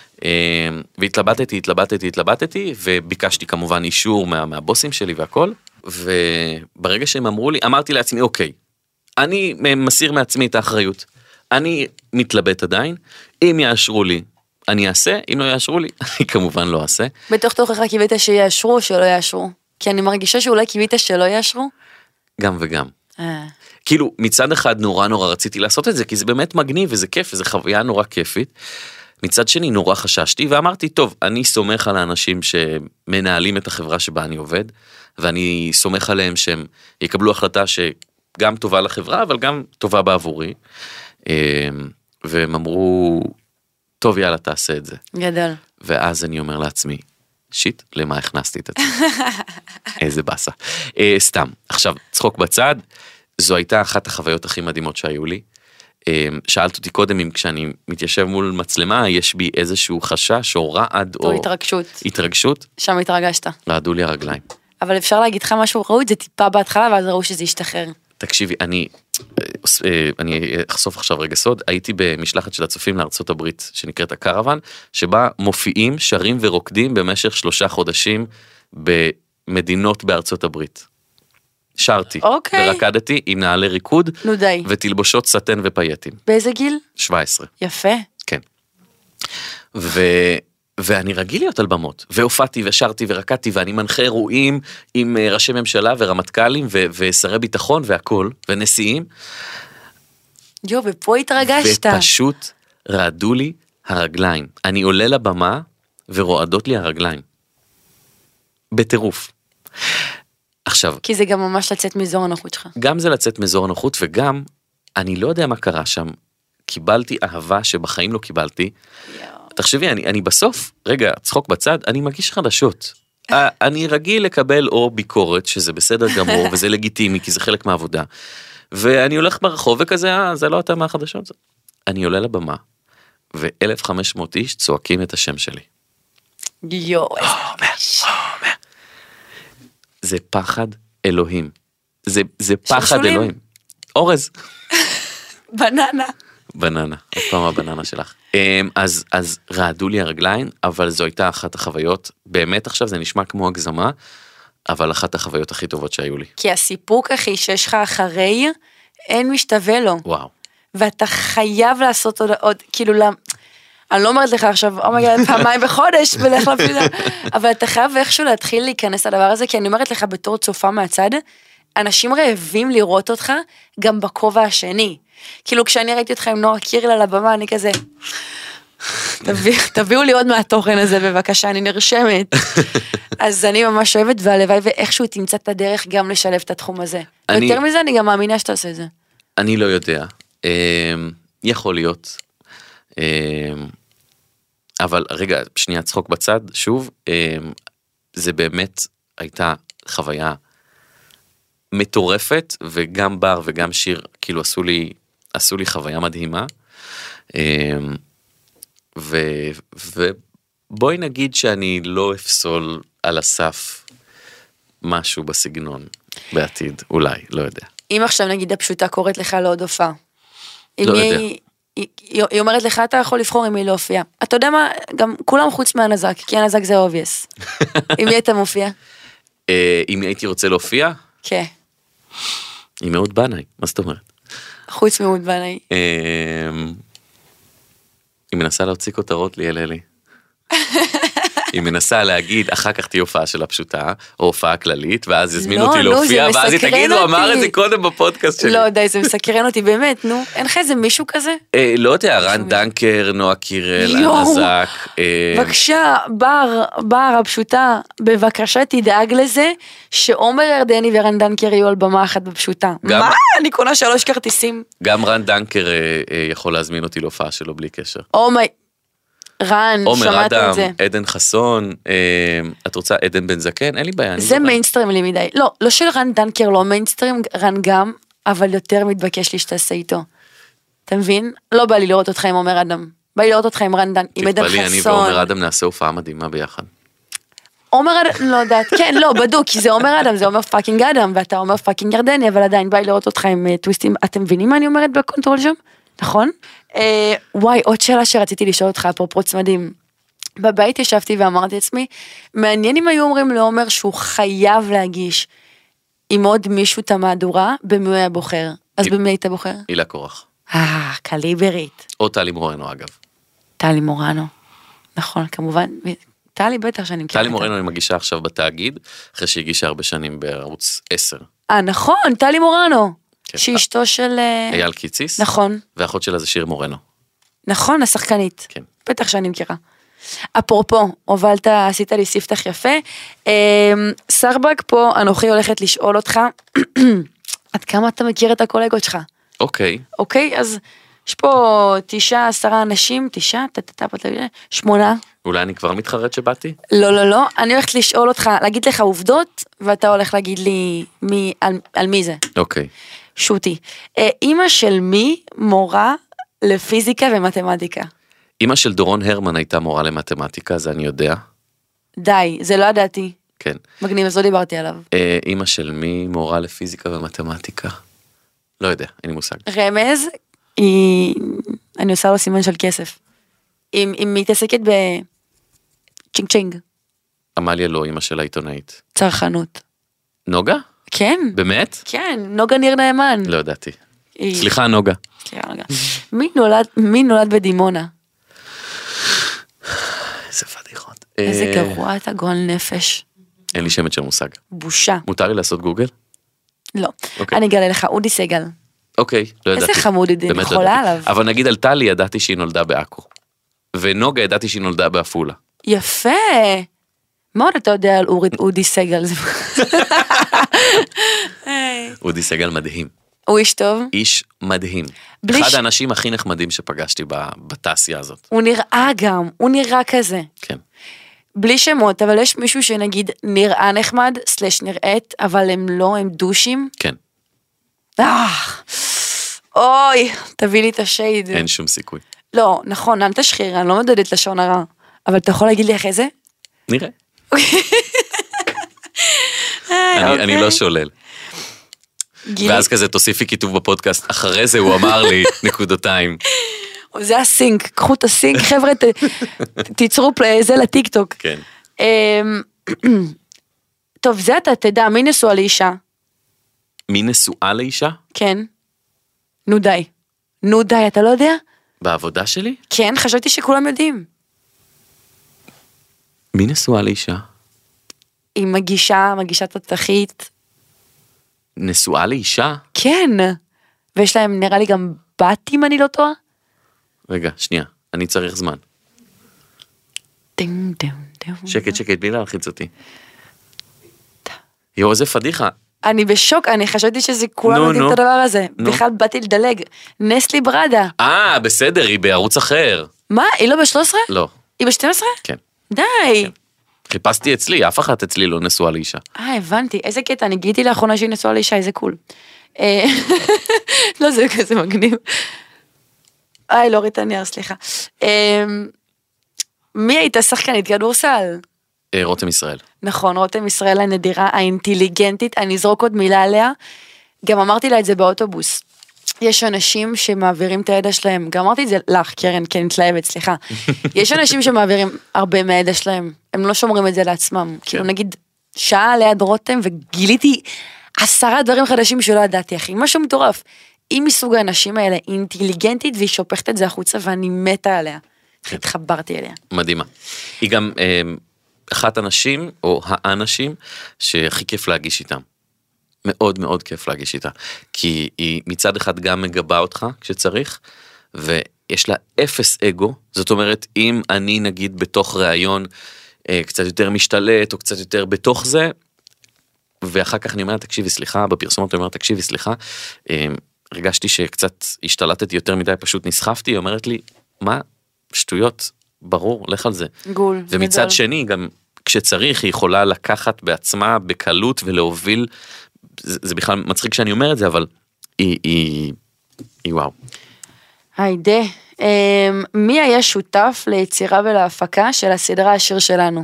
והתלבטתי, וביקשתי כמובן אישור מהבוסים שלי והכל, וברגע שהם אמרו לי, אמרתי לעצמי, אוקיי, אני מסיר מעצמי את האחריות. אני מתלבט עדיין, אם יאשרו לי, אני אעשה, אם לא יאשרו לי, אני כמובן לא אעשה. בתוך תוכך קיווית שיאשרו או שלא יאשרו? כי אני מרגישה שאולי קיווית שלא יאשרו? גם וגם. כאילו, מצד אחד נורא רציתי לעשות את זה, כי זה באמת מגניב וזה כיף, וזו חוויה נורא כיפית. מצד שני נורא חששתי, ואמרתי, טוב, אני סומך על האנשים שמנהלים את החברה שבה אני עובד, ואני סומך עליהם שהם יקבלו החלטה שגם טובה לחברה, אבל גם טובה בעבורי. והם אמרו, טוב, יאללה, תעשה את זה. גדול. ואז אני אומר לעצמי, שיט, למה הכנסתי את עצמי? איזה בסה. סתם. עכשיו, צחוק בצד, זו הייתה אחת החוויות הכי מדהימות שהיו לי. שאלת אותי קודם אם כשאני מתיישב מול מצלמה, יש בי איזשהו חשש או רעד או התרגשות. שם התרגשת. רעדו לי הרגליים. אבל אפשר להגיד לך משהו, ראו את זה טיפה בהתחלה, ואז ראו שזה ישתחרר. תקשיבי, אני אחשוף עכשיו רגע סוד, הייתי במשלחת של הצופים לארצות הברית, שנקראת הקרוון, שבה מופיעים, שרים ורוקדים במשך 3 חודשים במדינות בארצות הברית. שרתי, ורקדתי עם נעלי ריקוד, ותלבושות סטן ופייטים. באיזה גיל? 17. יפה. כן. ואני רגיל להיות על במות, והופעתי ושרתי ורקדתי, ואני מנחה אירועים עם ראשי ממשלה ורמטכ"לים ושרי ביטחון והכל, ונשיאים. ופה התרגשת. ופשוט רעדו לי הרגליים. אני עולה לבמה ורועדות לי הרגליים. בטירוף. עכשיו, כי זה גם ממש לצאת מאזור הנוחות שלך. גם זה לצאת מאזור הנוחות, וגם אני לא יודע מה קרה שם, קיבלתי אהבה שבחיים לא קיבלתי. תחשבי, אני בסוף, רגע, צחוק בצד, אני מגיש חדשות. אני רגיל לקבל או ביקורת, שזה בסדר גמור, וזה לגיטימי, כי זה חלק מהעבודה. ואני הולך ברחוב וכזה, זה לא אתה מהחדשות. אני עולה לבמה, ו-1,500 איש צועקים את השם שלי. יואו, איזה מרגש. זה פחד אלוהים. זה פחד אלוהים. אורז. בננה, עוד פעם הבננה שלך. אז רעדו לי הרגליים, אבל זו הייתה אחת החוויות, באמת עכשיו זה נשמע כמו הגזמה, אבל אחת החוויות הכי טובות שהיו לי. כי הסיפוק אחי שיש לך אחרי, אין משתווה לו. וואו. ואתה חייב לעשות עוד כאילו, אני לא אומרת לך עכשיו, פעמיים בחודש, בדרך כלל, אבל אתה חייב איכשהו להתחיל להיכנס לדבר הזה, כי אני אומרת לך בתור צופה מהצד, אנשים רעבים לראות אותך גם בכובע השני. כאילו כשאני ראיתי אותך עם נועה קירל על הבמה, אני כזה, תביאו לי עוד מהתוכן הזה בבקשה, אני נרשמת. אז אני ממש אוהבת, והלוואי ואיכשהו תמצא את הדרך גם לשלב את התחום הזה. יותר מזה אני גם מאמינה שאתה עושה את זה. אני לא יודע, יכול להיות, אבל רגע, שנייה צחוק בצד, שוב, זה באמת הייתה חוויה מטורפת, וגם בר וגם שיר, כאילו עשו לי חוויה מדהימה, ובואי נגיד שאני לא אפסול על הסף משהו בסגנון בעתיד, אולי, לא יודע. אם עכשיו נגיד הפשוטה קוראת לך לעוד הופעה, לא יודע. היא אומרת לך, אתה יכול לבחור עם מי להופיע. אתה יודע מה, גם כולם חוץ מהנזק, כי הנזק זה obvious. עם מי היית מופיע? אם הייתי רוצה להופיע? כן. עם מאוד בנאי, מה זאת אומרת? חוץ מאוד בנאי. היא מנסה להוציא כותרות לי, אלי. היא מנסה להגיד, אחר כך תהיה הופעה של הפשוטה, או הופעה כללית, ואז יזמינו אותי להופיע, ואז היא תגיד, הוא אמר את זה קודם בפודקאסט שלי. לא, די, זה מסקרן אותי באמת, נו, אין לך איזה מישהו כזה? לא יודע, רן דנקר, נועה קירל, הנזק. בבקשה, בר הפשוטה, בבקשה תדאג לזה, שעומר ירדני ורן דנקר יהיו על במה אחת בפשוטה. מה? אני קונה 3 כרטיסים. גם רן דנקר יכול להזמין אותי להופעה שלו בלי קשר. אומי. רן, שמעת את זה. עדן חסון, את רוצה עדן בן זקן? אין לי בעיה. זה מיינסטרים לי מדי. לא של רן דנקר, לא מיינסטרים, רן גם, אבל יותר מתבקש לי שתעשה איתו. אתה מבין? לא בא לי לראות אותך עם עומר אדם. בא לי לראות אותך עם רן דנקר, עם עדן חסון. תתפלא, אני ועומר אדם נעשה הופעה מדהימה ביחד. עומר אדם, לא יודעת, כן, לא, בדוק, כי זה עומר אדם, זה אומר פאקינג אדם, ואתה אומר פאקינג ירדני, אבל עדיין בא לי לראות אותך עם טוויסטים. אתם מבינים מה אני אומרת בקונטרול שם? נכון? וואי, עוד שאלה שרציתי לשאול אותך, אפרופו צמדים. בבית ישבתי ואמרתי לעצמי, מעניין אם היו אומרים לעומר שהוא חייב להגיש עם עוד מישהו את המהדורה, במי הוא היה בוחר. אז במי היית בוחר? הילה קורח. קליברית. או טלי מורנו אגב. טלי מורנו. נכון, כמובן. טלי בטח שאני מכירה. טלי מורנו היא מגישה עכשיו בתאגיד, אחרי שהגישה הרבה שנים בערוץ 10. נכון, טלי מורנו. שהיא אשתו של אייל קיציס. נכון. ואחות שלה זה שיר מורנו. נכון, השחקנית. כן. בטח שאני מכירה. אפרופו, הובלת, עשית לי ספתח יפה. סרבק פה, אנוכי הולכת לשאול אותך, עד כמה אתה מכיר את הקולגות שלך? אוקיי. אוקיי, אז יש פה 9-10 אנשים, 8. אולי אני כבר מתחרט שבאתי? לא, אני הולכת לשאול אותך, להגיד לך עובדות, ואתה הולך להגיד לי על מי זה. אוקיי. שוטי. אמא של מי מורה לפיזיקה ומתמטיקה? אמא של דורון הרמן הייתה מורה למתמטיקה, זה אני יודע. די, זה לא ידעתי. כן. מגניב, אז לא דיברתי עליו. אמא של מי מורה לפיזיקה ומתמטיקה? לא יודע, אין לי מושג. רמז, אני עושה לו סימן של כסף. היא מתעסקת צ'ינג צ'ינג. עמליה לא, אמא של העיתונאית. צרכנות. נוגה? כן. באמת? כן, נוגה ניר נאמן. לא ידעתי. סליחה, נוגה. סליחה, נוגה. מי נולד בדימונה? איזה פדיחות. איזה גרוע אתה גועל נפש. אין לי שמץ של מושג. בושה. מותר לי לעשות גוגל? לא. אני אגלה לך, אודי סגל. אוקיי, לא ידעתי. איזה חמוד עדי, אני חולה עליו. אבל נגיד על טלי ידעתי שהיא נולדה בעכו. ונוגה ידעתי שהיא נולדה בעפולה. יפה. מה עוד אתה יודע על אודי סגל? אודי סגל מדהים. הוא איש טוב? איש מדהים. אחד האנשים הכי נחמדים שפגשתי בתעשייה הזאת. הוא נראה גם, הוא נראה כזה. כן. בלי שמות, אבל יש מישהו שנגיד נראה נחמד, סלש נראית, אבל הם לא, הם דושים. כן. אוי, תביא לי את השייד. אין שום סיכוי. לא, נכון, אל תשחיר, אני לא מדדת לשון הרע. אבל אתה יכול להגיד לי אחרי זה? נראה. אני לא שולל. ואז כזה תוסיפי כיתוב בפודקאסט, אחרי זה הוא אמר לי נקודותיים. זה הסינק, קחו את הסינק, חבר'ה, תיצרו זה לטיק טוק. כן. טוב, זה אתה תדע, מי נשואה לאישה? מי נשואה לאישה? כן. נו די. נו די, אתה לא יודע? בעבודה שלי? כן, חשבתי שכולם יודעים. מי נשואה לאישה? היא מגישה תותחית. נשואה לאישה? כן. ויש להם נראה לי גם בת אם אני לא טועה. רגע, שנייה, אני צריך זמן. שקט, בלי להלחיץ אותי. יו, איזה פדיחה. אני בשוק, אני חשבתי שזה כולם יודעים את הדבר הזה. בכלל באתי לדלג. נסלי ברדה. בסדר, היא בערוץ אחר. מה? היא לא ב-13? לא. היא ב-12? כן. די. חיפשתי אצלי, אף אחת אצלי לא נשואה לאישה. הבנתי. איזה קטע, אני גיליתי לאחרונה שהיא נשואה לאישה, איזה קול. לא, זה כזה מגניב. לא ראית הנייר, סליחה. מי הייתה שחקנית כדורסל? רותם ישראל. נכון, רותם ישראל הנדירה, האינטליגנטית, אני אזרוק עוד מילה עליה, גם אמרתי לה את זה באוטובוס. יש אנשים שמעבירים את הידע שלהם, גם אמרתי את זה לך, קרן, כן, התלהבת, סליחה. יש אנשים שמעבירים הרבה מהידע שלהם, הם לא שומרים את זה לעצמם. כאילו נגיד, שעה ליד רותם, וגיליתי 10 דברים חדשים שלא ידעתי, אחי, משהו מטורף. היא מסוג האנשים האלה, אינטליגנטית, והיא שופכת את זה החוצה, ואני מתה עליה. התחברתי אליה. מדהימה. היא גם אחת הנשים, או האנשים, שהכי כיף להגיש איתם. מאוד מאוד כיף להגיש איתה. כי היא מצד אחד גם מגבה אותך כשצריך, ויש לה 0 אגו. זאת אומרת, אם אני נגיד בתוך ראיון, קצת יותר משתלט, או קצת יותר בתוך זה, ואחר כך אני אומר, תקשיבי סליחה, בפרסומות אני אומר, תקשיבי סליחה, הרגשתי שקצת השתלטתי יותר מדי, פשוט נסחפתי, היא אומרת לי, מה? שטויות, ברור, לך על זה. גול. ומצד שני, גם כשצריך, היא יכולה לקחת בעצמה בקלות ולהוביל, זה בכלל מצחיק שאני אומר את זה, אבל היא וואו. היידה, מי היה שותף ליצירה ולהפקה של הסדרה השיר שלנו?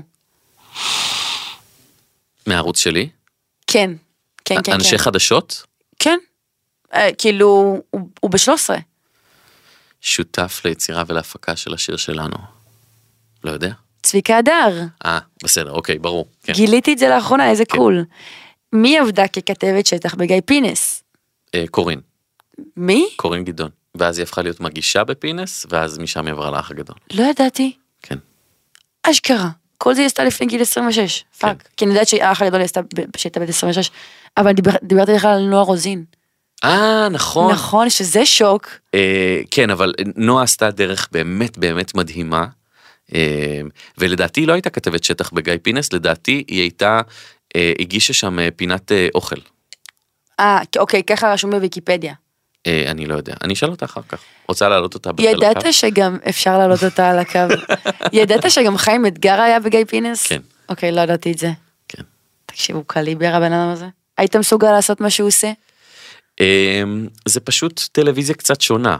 מהערוץ שלי? כן. אנשי חדשות? כן. כאילו, הוא ב-13. שותף ליצירה ולהפקה של השיר שלנו. לא יודע. צביקה הדר. בסדר, אוקיי, ברור. גיליתי את זה לאחרונה, איזה קול. מי עבדה ככתבת שטח בגיא פינס? קורין. מי? קורין גדעון. ואז היא הפכה להיות מגישה בפינס, ואז משם היא עברה לאח הגדול. לא ידעתי. כן. אשכרה. כל זה היא עשתה לפני גיל 26. פאק. כי אני יודעת שהאח הגדול שהייתה בת 26, אבל דיברתי לך על נועה רוזין. נכון. נכון, שזה שוק. כן, אבל נועה עשתה דרך באמת באמת מדהימה, ולדעתי היא לא הייתה כתבת שטח בגיא פינס, לדעתי היא הייתה, הגישה שם פינת אוכל. אוקיי, ככה רשום בוויקיפדיה. אני לא יודע, אני אשאל אותה אחר כך. רוצה להעלות אותה בקו? ידעת שגם אפשר להעלות אותה על הקו. ידעת שגם חיים אתגר היה בגיא פינס? כן. אוקיי, לא ידעתי את זה. כן. תקשיבו, קליבר הבן אדם הזה. היית מסוגל לעשות מה שהוא עושה? זה פשוט טלוויזיה קצת שונה.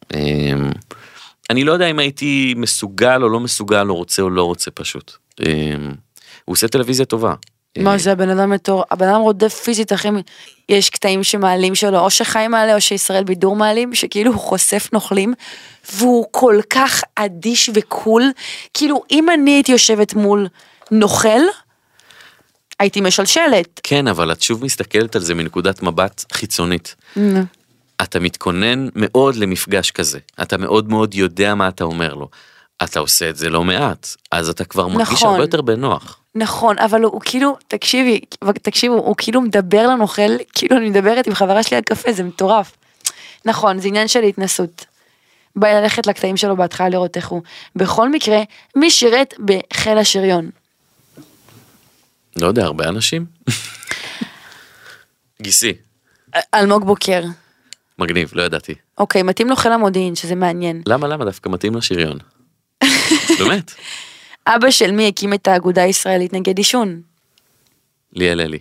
אני לא יודע אם הייתי מסוגל או לא מסוגל, או רוצה או לא רוצה פשוט. הוא עושה טלוויזיה טובה. מה זה, הבן אדם רודף פיזית, אחי, יש קטעים שמעלים שלו, או שחיים מעלה, או שישראל בידור מעלים, שכאילו הוא חושף נוכלים, והוא כל כך אדיש וקול, כאילו אם אני הייתי יושבת מול נוכל, הייתי משלשלת. כן, אבל את שוב מסתכלת על זה מנקודת מבט חיצונית. אתה מתכונן מאוד למפגש כזה, אתה מאוד מאוד יודע מה אתה אומר לו, אתה עושה את זה לא מעט, אז אתה כבר מרגיש הרבה יותר בנוח. נכון, אבל הוא כאילו, תקשיבו, הוא כאילו מדבר לנוכל, כאילו אני מדברת עם חברה שלי על קפה, זה מטורף. נכון, זה עניין של התנסות. בא ללכת לקטעים שלו בהתחלה לראות איך הוא. בכל מקרה, מי שירת בחיל השריון? לא יודע, הרבה אנשים. גיסי. אלמוג בוקר. מגניב, לא ידעתי. אוקיי, מתאים לו חיל המודיעין, שזה מעניין. למה דווקא מתאים לשריון? באמת? אבא של מי הקים את האגודה הישראלית נגד עישון? ליאל אלי.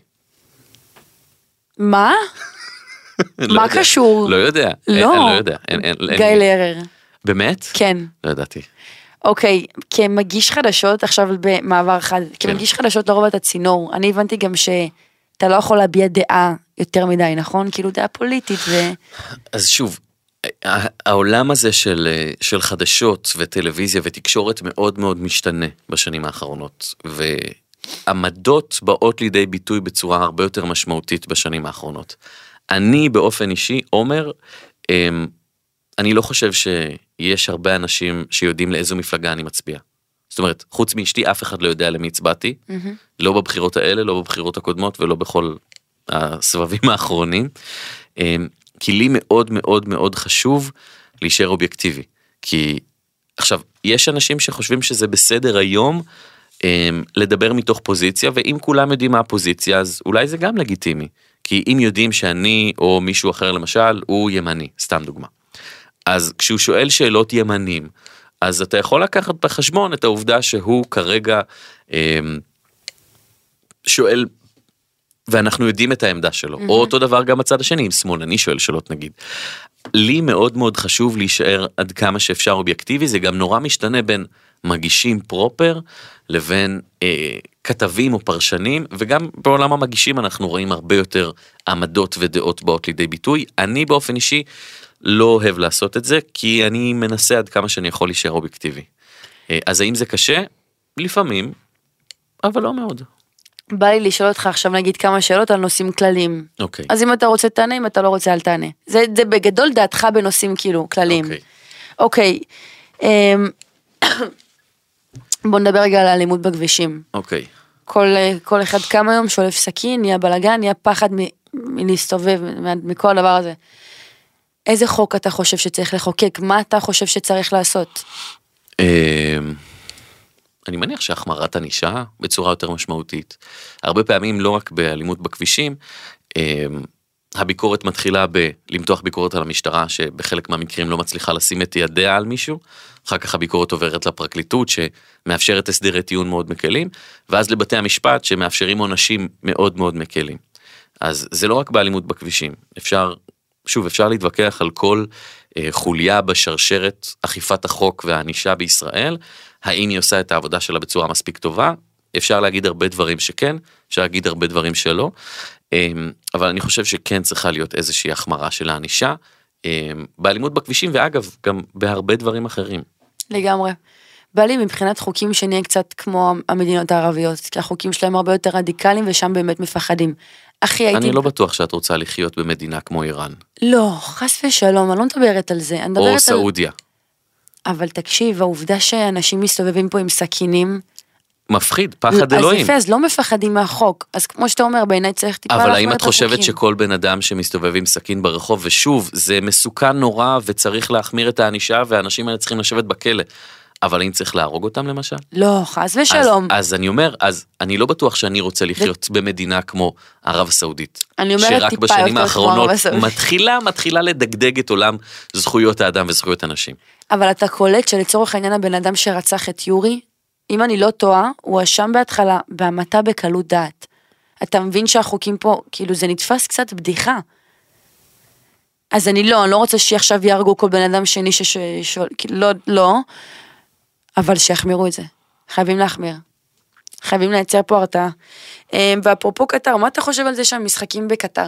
מה? לא מה יודע. קשור? לא יודע. לא. אני לא יודע. גיא לרר. באמת? כן. לא ידעתי. אוקיי, כמגיש חדשות, עכשיו במעבר אחד, כמגיש חדשות לרוב אתה צינור, אני הבנתי גם שאתה לא יכול להביע דעה יותר מדי, נכון? כאילו דעה פוליטית אז שוב, העולם הזה של חדשות וטלוויזיה ותקשורת מאוד מאוד משתנה בשנים האחרונות, ועמדות באות לידי ביטוי בצורה הרבה יותר משמעותית בשנים האחרונות. אני באופן אישי אומר, אני לא חושב שיש הרבה אנשים שיודעים לאיזו מפלגה אני מצביע. זאת אומרת, חוץ מאשתי אף אחד לא יודע למי הצבעתי, לא בבחירות האלה, לא בבחירות הקודמות ולא בכל הסבבים האחרונים, כי לי מאוד מאוד מאוד חשוב להישאר אובייקטיבי. כי עכשיו, יש אנשים שחושבים שזה בסדר היום לדבר מתוך פוזיציה, ואם כולם יודעים מה הפוזיציה, אז אולי זה גם לגיטימי. כי אם יודעים שאני או מישהו אחר למשל, הוא ימני, סתם דוגמה. אז כשהוא שואל שאלות ימנים, אז אתה יכול לקחת בחשבון את העובדה שהוא כרגע שואל, ואנחנו יודעים את העמדה שלו, או אותו דבר גם הצד השני, אם שמאלני שואל שאלות נגיד. לי מאוד מאוד חשוב להישאר עד כמה שאפשר אובייקטיבי, זה גם נורא משתנה בין מגישים פרופר, לבין כתבים או פרשנים, וגם בעולם המגישים אנחנו רואים הרבה יותר עמדות ודעות באות לידי ביטוי. אני באופן אישי לא אוהב לעשות את זה, כי אני מנסה עד כמה שאני יכול להישאר אובייקטיבי. אז האם זה קשה? לפעמים, אבל לא מאוד. בא לי לשאול אותך עכשיו נגיד כמה שאלות על נושאים כלליים. אוקיי. אז אם אתה רוצה תענה, אם אתה לא רוצה אל תענה. זה בגדול דעתך בנושאים כאילו כלליים. אוקיי. בוא נדבר רגע על האלימות בכבישים. אוקיי. כל אחד כמה יום שולף סכין, נהיה בלגן, נהיה פחד מלהסתובב מכל הדבר הזה. איזה חוק אתה חושב שצריך לחוקק? מה אתה חושב שצריך לעשות? אני מניח שהחמרת ענישה בצורה יותר משמעותית. הרבה פעמים לא רק באלימות בכבישים, הביקורת מתחילה בלמתוח ביקורת על המשטרה, שבחלק מהמקרים לא מצליחה לשים את ידיה על מישהו, אחר כך הביקורת עוברת לפרקליטות, שמאפשרת הסדרי טיעון מאוד מקלים, ואז לבתי המשפט שמאפשרים עונשים מאוד מאוד מקלים. אז זה לא רק באלימות בכבישים, אפשר להתווכח על כל חוליה בשרשרת אכיפת החוק והענישה בישראל, האם היא עושה את העבודה שלה בצורה מספיק טובה, אפשר להגיד הרבה דברים שכן, אפשר להגיד הרבה דברים שלא, אבל אני חושב שכן צריכה להיות איזושהי החמרה של הענישה, באלימות בכבישים, ואגב, גם בהרבה דברים אחרים. לגמרי. בא לי מבחינת חוקים שנהיה קצת כמו המדינות הערביות, כי החוקים שלהם הרבה יותר רדיקליים, ושם באמת מפחדים. אני לא בטוח שאת רוצה לחיות במדינה כמו איראן. לא, חס ושלום, אני לא מדברת על זה. או סעודיה. אבל תקשיב, העובדה שאנשים מסתובבים פה עם סכינים, מפחיד, פחד אלוהים. אז יפה, אז לא מפחדים מהחוק. אז כמו שאתה אומר, בעיניי צריך טיפה אבל האם את חושבת שכל בן אדם שמסתובב עם סכין ברחוב, ושוב, זה מסוכן נורא, וצריך להחמיר את הענישה, והאנשים האלה צריכים לשבת בכלא. אבל האם צריך להרוג אותם למשל? לא, חס ושלום. אז אני אומר, אז אני לא בטוח שאני רוצה לחיות במדינה כמו ערב הסעודית. אני אומרת שרק טיפה בשנים יותר כמו ערב הסעודית. מתחילה לדגדג את עולם זכויות האדם וזכויות הנשים. אבל אתה קולט שלצורך העניין הבן אדם שרצח את יורי, אם אני לא טועה, הוא אשם בהתחלה, בהמתה בקלות דעת. אתה מבין שהחוקים פה, כאילו זה נתפס קצת בדיחה. אז אני לא רוצה שעכשיו יהרגו כל בן אדם שני כאילו לא, אבל שיחמירו את זה. חייבים להחמיר. חייבים לייצר פה הרתעה. ואפרופו קטר, מה אתה חושב על זה שהמשחקים בקטר?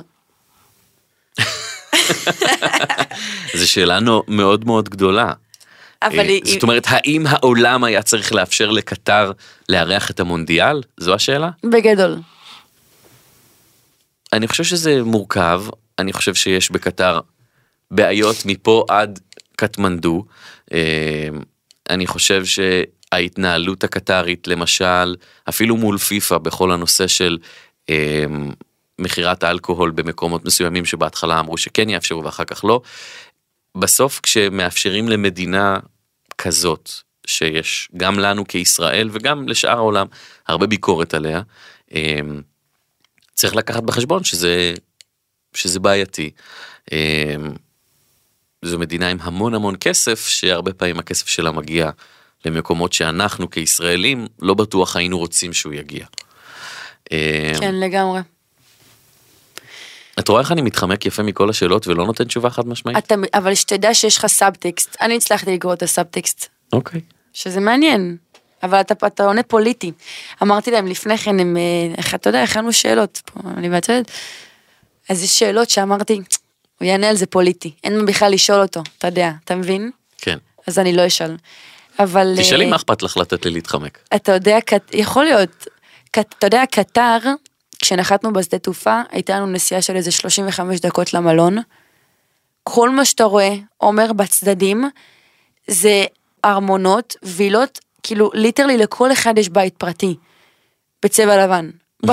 זו שאלה מאוד מאוד גדולה. זאת אומרת, האם העולם היה צריך לאפשר לקטר לארח את המונדיאל? זו השאלה? בגדול. אני חושב שזה מורכב, אני חושב שיש בקטר בעיות מפה עד קטמנדו, אני חושב שההתנהלות הקטרית, למשל, אפילו מול פיפה בכל הנושא של מחירת האלכוהול במקומות מסוימים שבהתחלה אמרו שכן יאפשרו ואחר כך לא, בסוף כשמאפשרים למדינה כזאת, שיש גם לנו כישראל וגם לשאר העולם הרבה ביקורת עליה, צריך לקחת בחשבון שזה בעייתי. זו מדינה עם המון המון כסף, שהרבה פעמים הכסף שלה מגיע למקומות שאנחנו כישראלים לא בטוח היינו רוצים שהוא יגיע. כן, לגמרי. את רואה איך אני מתחמק יפה מכל השאלות ולא נותן תשובה חד משמעית? אבל שתדע שיש לך סאבטקסט, אני הצלחתי לקרוא את הסאבטקסט. אוקיי. שזה מעניין, אבל אתה עונה פוליטי. אמרתי להם לפני כן, אתה יודע, הכנו שאלות פה, אני בעצמת, אז יש שאלות שאמרתי, הוא יענה על זה פוליטי, אין בכלל לשאול אותו, אתה יודע, אתה מבין? כן. אז אני לא אשאל. אבל... תשאלי מה אכפת לך לתת לי להתחמק. אתה יודע, יכול להיות, אתה יודע, קטר, כשנחתנו בשדה תעופה, הייתה לנו נסיעה של איזה 35 דקות למלון, כל מה שאתה רואה, אומר בצדדים, זה ארמונות, וילות, כאילו ליטרלי לכל אחד יש בית פרטי, בצבע לבן.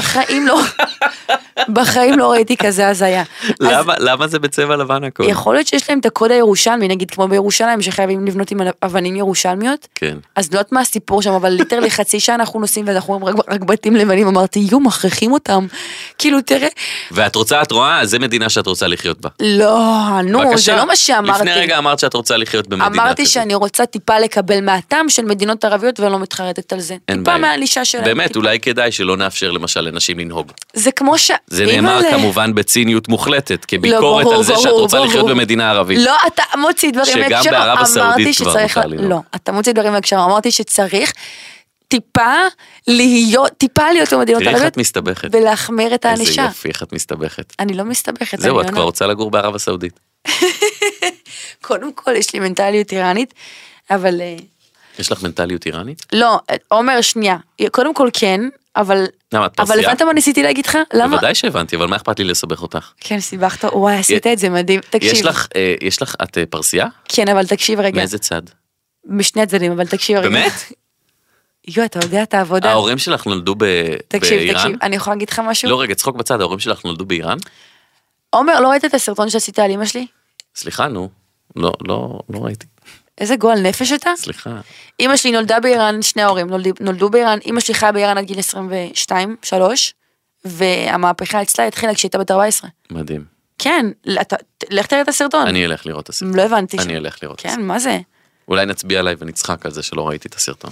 בחיים לא ראיתי כזה הזיה. למה זה בצבע לבן הכל? יכול להיות שיש להם את הקוד הירושלמי, נגיד כמו בירושלים, שחייבים לבנות עם אבנים ירושלמיות. כן. אז לא יודעת מה הסיפור שם, אבל ליטרלי חצי שעה אנחנו נוסעים, ואנחנו רואים רק בתים לבנים, אמרתי, יו, מכריחים אותם. כאילו, תראה. ואת רוצה, זה מדינה שאת רוצה לחיות בה. לא, נו, זה לא מה שאמרתי. לפני רגע אמרת שאת רוצה לחיות במדינה כזאת. אמרתי שאני רוצה טיפה לקבל מהטעם של מדינות ערביות, ולא מתחרטת על זה. טיפה מהלישה שלהם. באמת, אולי כדאי שלא נאפשר למשל לנשים לנהוג. זה כמו זה נאמר כמובן בציניות מוחלטת, כביקורת על זה שאת רוצה לחיות במדינה ערבית. לא, אתה מוציא דברים מהקשר, שגם בערב הסעודית כבר מותר לנהוג. לא, אתה מוציא דברים מהקשר, אמרתי שצריך טיפה להיות במדינות תראי איך ערביות, את מסתבכת. ולהחמיר את האנישה. איזה יופי, איך את מסתבכת. אני לא מסתבכת. זהו, את כבר רוצה לגור בערב הסעודית. קודם כל, יש לי מנטליות איראנית, אבל... יש לך מנטליות איראנית? לא, עומר, שנייה. קודם כל כן, אבל הבנת מה ניסיתי להגיד לך? למה? בוודאי שהבנתי, אבל מה אכפת לי לסבך אותך? כן, סיבכת, וואי, עשית את זה מדהים, תקשיב. יש לך, את פרסייה? כן, אבל תקשיב רגע. מאיזה צד? משני הצדדים, אבל תקשיב רגע. באמת? יו, אתה יודע את העבודה. ההורים שלך נולדו באיראן? תקשיב, אני יכולה להגיד לך משהו? לא, רגע, צחוק בצד, ההורים שלך נולדו באיראן? עומר, לא ראית את הסרטון שעשית על אמא שלי? סליחה, נו. לא ראיתי. איזה גועל נפש אתה? סליחה. אמא שלי נולדה באיראן, שני ההורים נולדו באיראן, אמא שלי חיה באיראן עד גיל 22-3, והמהפכה אצלה התחילה כשהייתה בת 14. מדהים. כן, לך תראה את הסרטון. אני אלך לראות את הסרטון. לא הבנתי. אני אלך לראות את הסרטון. כן, מה זה? אולי נצביע עליי ונצחק על זה שלא ראיתי את הסרטון.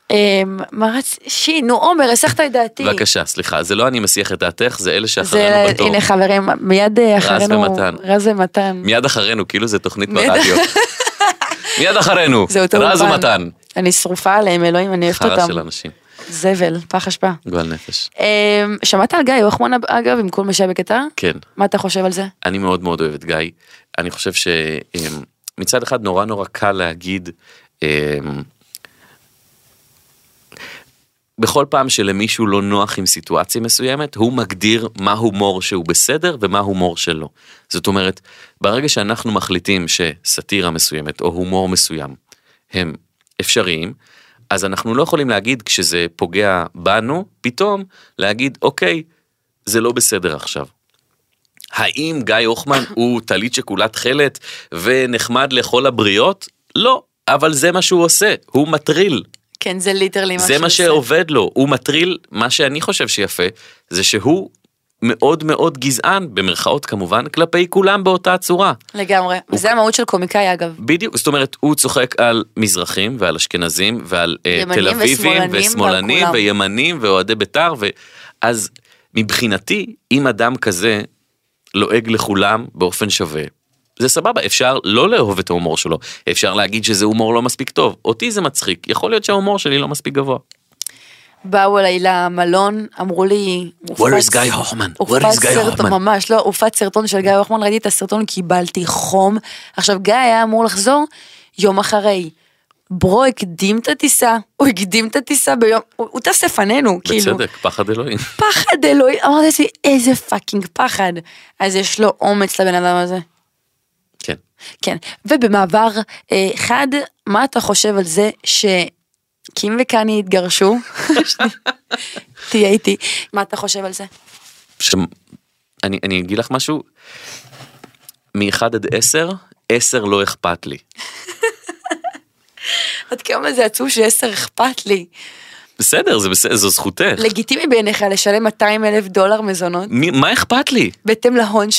נו עומר, הסחת את דעתי. בבקשה, סליחה, זה לא אני מסיח את דעתך, זה אלה שאחרינו בתור. הנה חברים, מיד אחרינו. רז ומתן. מיד אחרינו, כאילו זה תוכנית ברדיו. מיד אחרינו, רז ומתן. אני שרופה עליהם, אלוהים, אני אוהבת אותם. חרא של אנשים. זבל, פח אשפה. גועל נפש. שמעת על גיא הוחמן אגב, עם כל מה שהיה בקטר? כן. מה אתה חושב על זה? אני מאוד מאוד אוהב את גיא. אני חושב שמצד אחד נורא קל להגיד, בכל פעם שלמישהו לא נוח עם סיטואציה מסוימת, הוא מגדיר מה הומור שהוא בסדר ומה הומור שלו. זאת אומרת, ברגע שאנחנו מחליטים שסטירה מסוימת או הומור מסוים הם אפשריים, אז אנחנו לא יכולים להגיד כשזה פוגע בנו, פתאום להגיד, אוקיי, זה לא בסדר עכשיו. האם גיא הוחמן הוא טלית שכולה תכלת ונחמד לכל הבריות? לא, אבל זה מה שהוא עושה, הוא מטריל. כן, זה ליטרלי מה זה מה שעובד לו, הוא מטריל, מה שאני חושב שיפה, זה שהוא מאוד מאוד גזען, במרכאות כמובן, כלפי כולם באותה צורה. לגמרי, וזה המהות של קומיקאי אגב. בדיוק, זאת אומרת, הוא צוחק על מזרחים ועל אשכנזים ועל תל אביבים ושמאלנים וימנים ואוהדי בית"ר, אז מבחינתי, אם אדם כזה לועג לכולם באופן שווה, זה סבבה, אפשר לא לאהוב את ההומור שלו, אפשר להגיד שזה הומור לא מספיק טוב, אותי זה מצחיק, יכול להיות שההומור שלי לא מספיק גבוה. באו אליי למלון, אמרו לי, Where is Guy Hoffman? Where is Guy Hoffman? ממש, לא, הופץ סרטון של גיא הוחמן, ראיתי את הסרטון, קיבלתי חום, עכשיו גיא היה אמור לחזור יום אחרי, ברו הקדים את הטיסה, הוא הקדים את הטיסה ביום, הוא טס לפנינו, כאילו. בצדק, פחד אלוהים. פחד אלוהים, אמרתי לעצמי, איזה פאקינג פחד, אז יש לו אומץ לבן אדם הזה. כן. כן, ובמעבר אחד, מה אתה חושב על זה שקים וקני התגרשו? תהיה איתי, מה אתה חושב על זה? אני אגיד לך משהו, מ-1 עד 10, 10 לא אכפת לי. עד כמה זה עצוב ש10 אכפת לי. בסדר, זו זכותך. לגיטימי בעיניך לשלם $200,000 מזונות? מה אכפת לי? בהתאם להון שלו?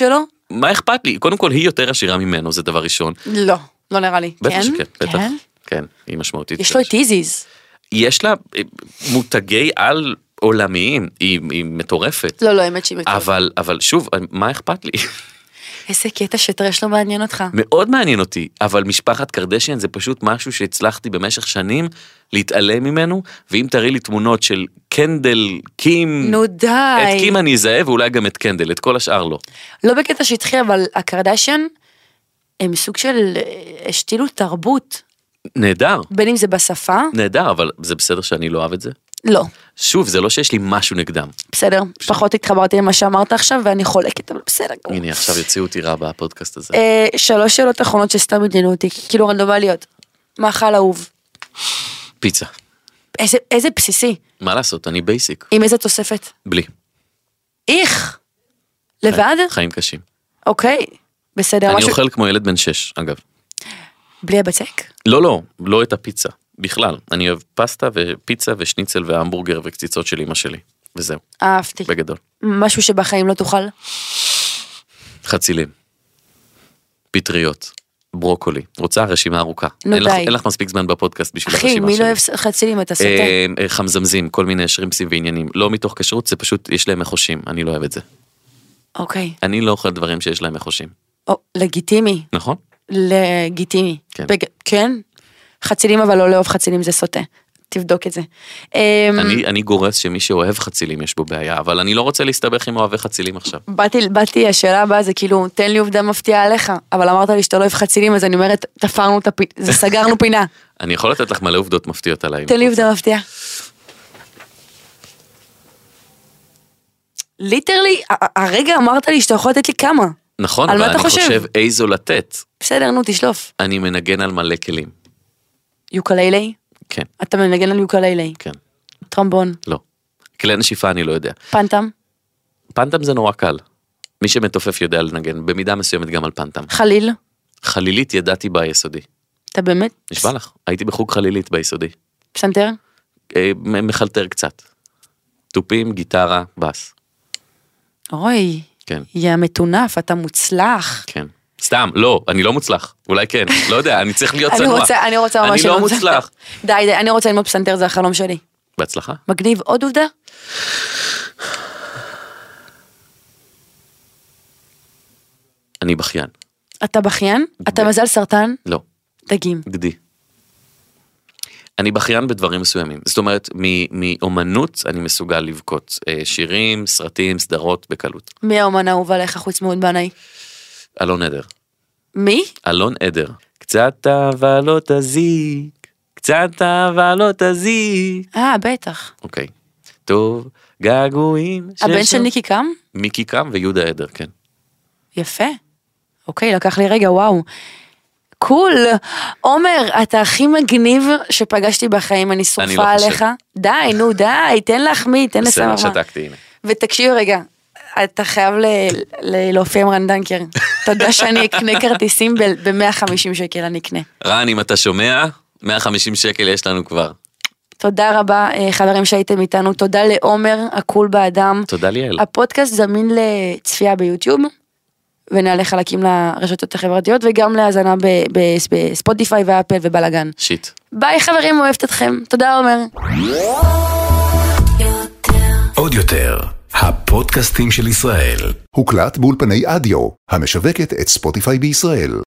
מה אכפת לי? קודם כל, היא יותר עשירה ממנו, זה דבר ראשון. לא, לא נראה לי. בטח כן? שכן, בטח. כן? כן, היא משמעותית. יש לו את איזיז. יש לה מותגי על עולמיים, היא מטורפת. לא, האמת שהיא מטורפת. אבל שוב, מה אכפת לי? איזה קטע שטרש לא מעניין אותך. מאוד מעניין אותי, אבל משפחת קרדשיאן זה פשוט משהו שהצלחתי במשך שנים להתעלם ממנו, ואם תראי לי תמונות של קנדל, קים, נו די. את קים אני אזהה, ואולי גם את קנדל, את כל השאר לא. לא בקטע שהתחיל, אבל הקרדשיאן הם סוג של השתילו תרבות. נהדר. בין אם זה בשפה. נהדר, אבל זה בסדר שאני לא אוהב את זה? לא. שוב, זה לא שיש לי משהו נגדם. בסדר, פחות התחברתי למה שאמרת עכשיו, ואני חולקת, אבל בסדר. הנה, עכשיו יוציאו אותי רע בפודקאסט הזה. 3 שאלות אחרונות שסתם עניינו אותי, כאילו רנדומליות. מאכל אהוב. פיצה. איזה בסיסי. מה לעשות, אני בייסיק. עם איזה תוספת? בלי. איך? לבד? חיים קשים. אוקיי, בסדר. אני אוכל כמו ילד בן 6, אגב. בלי הבצק? לא את הפיצה. בכלל, אני אוהב פסטה ופיצה ושניצל והמבורגר וקציצות של אמא שלי, וזהו. אהבתי. בגדול. משהו שבחיים לא תאכל? חצילים. פטריות. ברוקולי. רוצה רשימה ארוכה. נו די. אין לך מספיק זמן בפודקאסט בשביל הרשימה שלי. אחי, מי לא אוהב חצילים? אתה סוטה. חמזמזים, כל מיני שרימפסים ועניינים. לא מתוך כשרות, זה פשוט, יש להם מחושים. אני לא אוהב את זה. אוקיי. אני לא אוכל דברים שיש להם מחושים. לגיטימי. נכון? לגיטימי. כן. כן? חצילים אבל לא לאהוב חצילים זה סוטה. תבדוק את זה. אני גורס שמי שאוהב חצילים יש בו בעיה, אבל אני לא רוצה להסתבך עם אוהבי חצילים עכשיו. באתי, השאלה הבאה זה כאילו, תן לי עובדה מפתיעה עליך, אבל אמרת לי שאתה לא אוהב חצילים, אז אני אומרת, תפרנו את הפינה, זה סגרנו פינה. אני יכול לתת לך מלא עובדות מפתיעות עליי. תן לי עובדה מפתיעה. ליטרלי, הרגע אמרת לי שאתה יכול לתת לי כמה. נכון, על אבל מה אתה אני חושב? חושב איזו לתת. בסדר, נו, תשלוף. אני מנגן על מלא כלים. יוקללי? כן. אתה מנגן על יוקללי? כן. טרומבון? לא. כלי נשיפה אני לא יודע. פנטם? פנטם זה נורא קל. מי שמתופף יודע לנגן, במידה מסוימת גם על פנטם. חליל? חלילית ידעתי ביסודי. אתה באמת? נשבע לך, הייתי בחוג חלילית ביסודי. פסנתר? מחלטר קצת. טופים, גיטרה, בס. אוי, כן. יא מטונף, אתה מוצלח. כן. סתם, לא, אני לא מוצלח. אולי כן, לא יודע, אני צריך להיות צנוע. אני רוצה ממש... אני לא מוצלח. די, אני רוצה ללמוד פסנתר, זה החלום שלי. בהצלחה. מגניב, עוד עובדה? אני בכיין. אתה בכיין? אתה מזל סרטן? לא. דגים. גדי. אני בכיין בדברים מסוימים. זאת אומרת, מאומנות אני מסוגל לבכות. שירים, סרטים, סדרות, בקלות. מי האומן האהוב עליך חוץ מאהוד בנאי? אלון עדר. מי? אלון עדר. קצת אהבה לא תזיק, קצת אהבה לא תזיק. בטח. אוקיי. טוב, געגועים. הבן של ניקי קם? מיקי קם ויהודה עדר, כן. יפה. אוקיי, לקח לי רגע, וואו. קול. עומר, אתה הכי מגניב שפגשתי בחיים, אני שרופה עליך. די, נו, די, תן להחמיא, תן לסמר. בסדר, שתקתי, הנה. ותקשיב רגע, אתה חייב להופיע עם רן דנקר. אתה יודע שאני אקנה כרטיסים ב-150 שקל, אני אקנה. רן, אם אתה שומע, 150 שקל יש לנו כבר. תודה רבה, חברים שהייתם איתנו. תודה לעומר, הקול באדם. תודה ליאל. הפודקאסט זמין לצפייה ביוטיוב, ונעלה חלקים לרשתות החברתיות, וגם להאזנה בספוטיפיי ואפל ובלגן. שיט. ביי חברים, אוהבת אתכם. תודה עומר. עוד יותר, הפודקאסטים של ישראל. הוקלט באולפני אדיו, המשווקת את ספוטיפיי בישראל.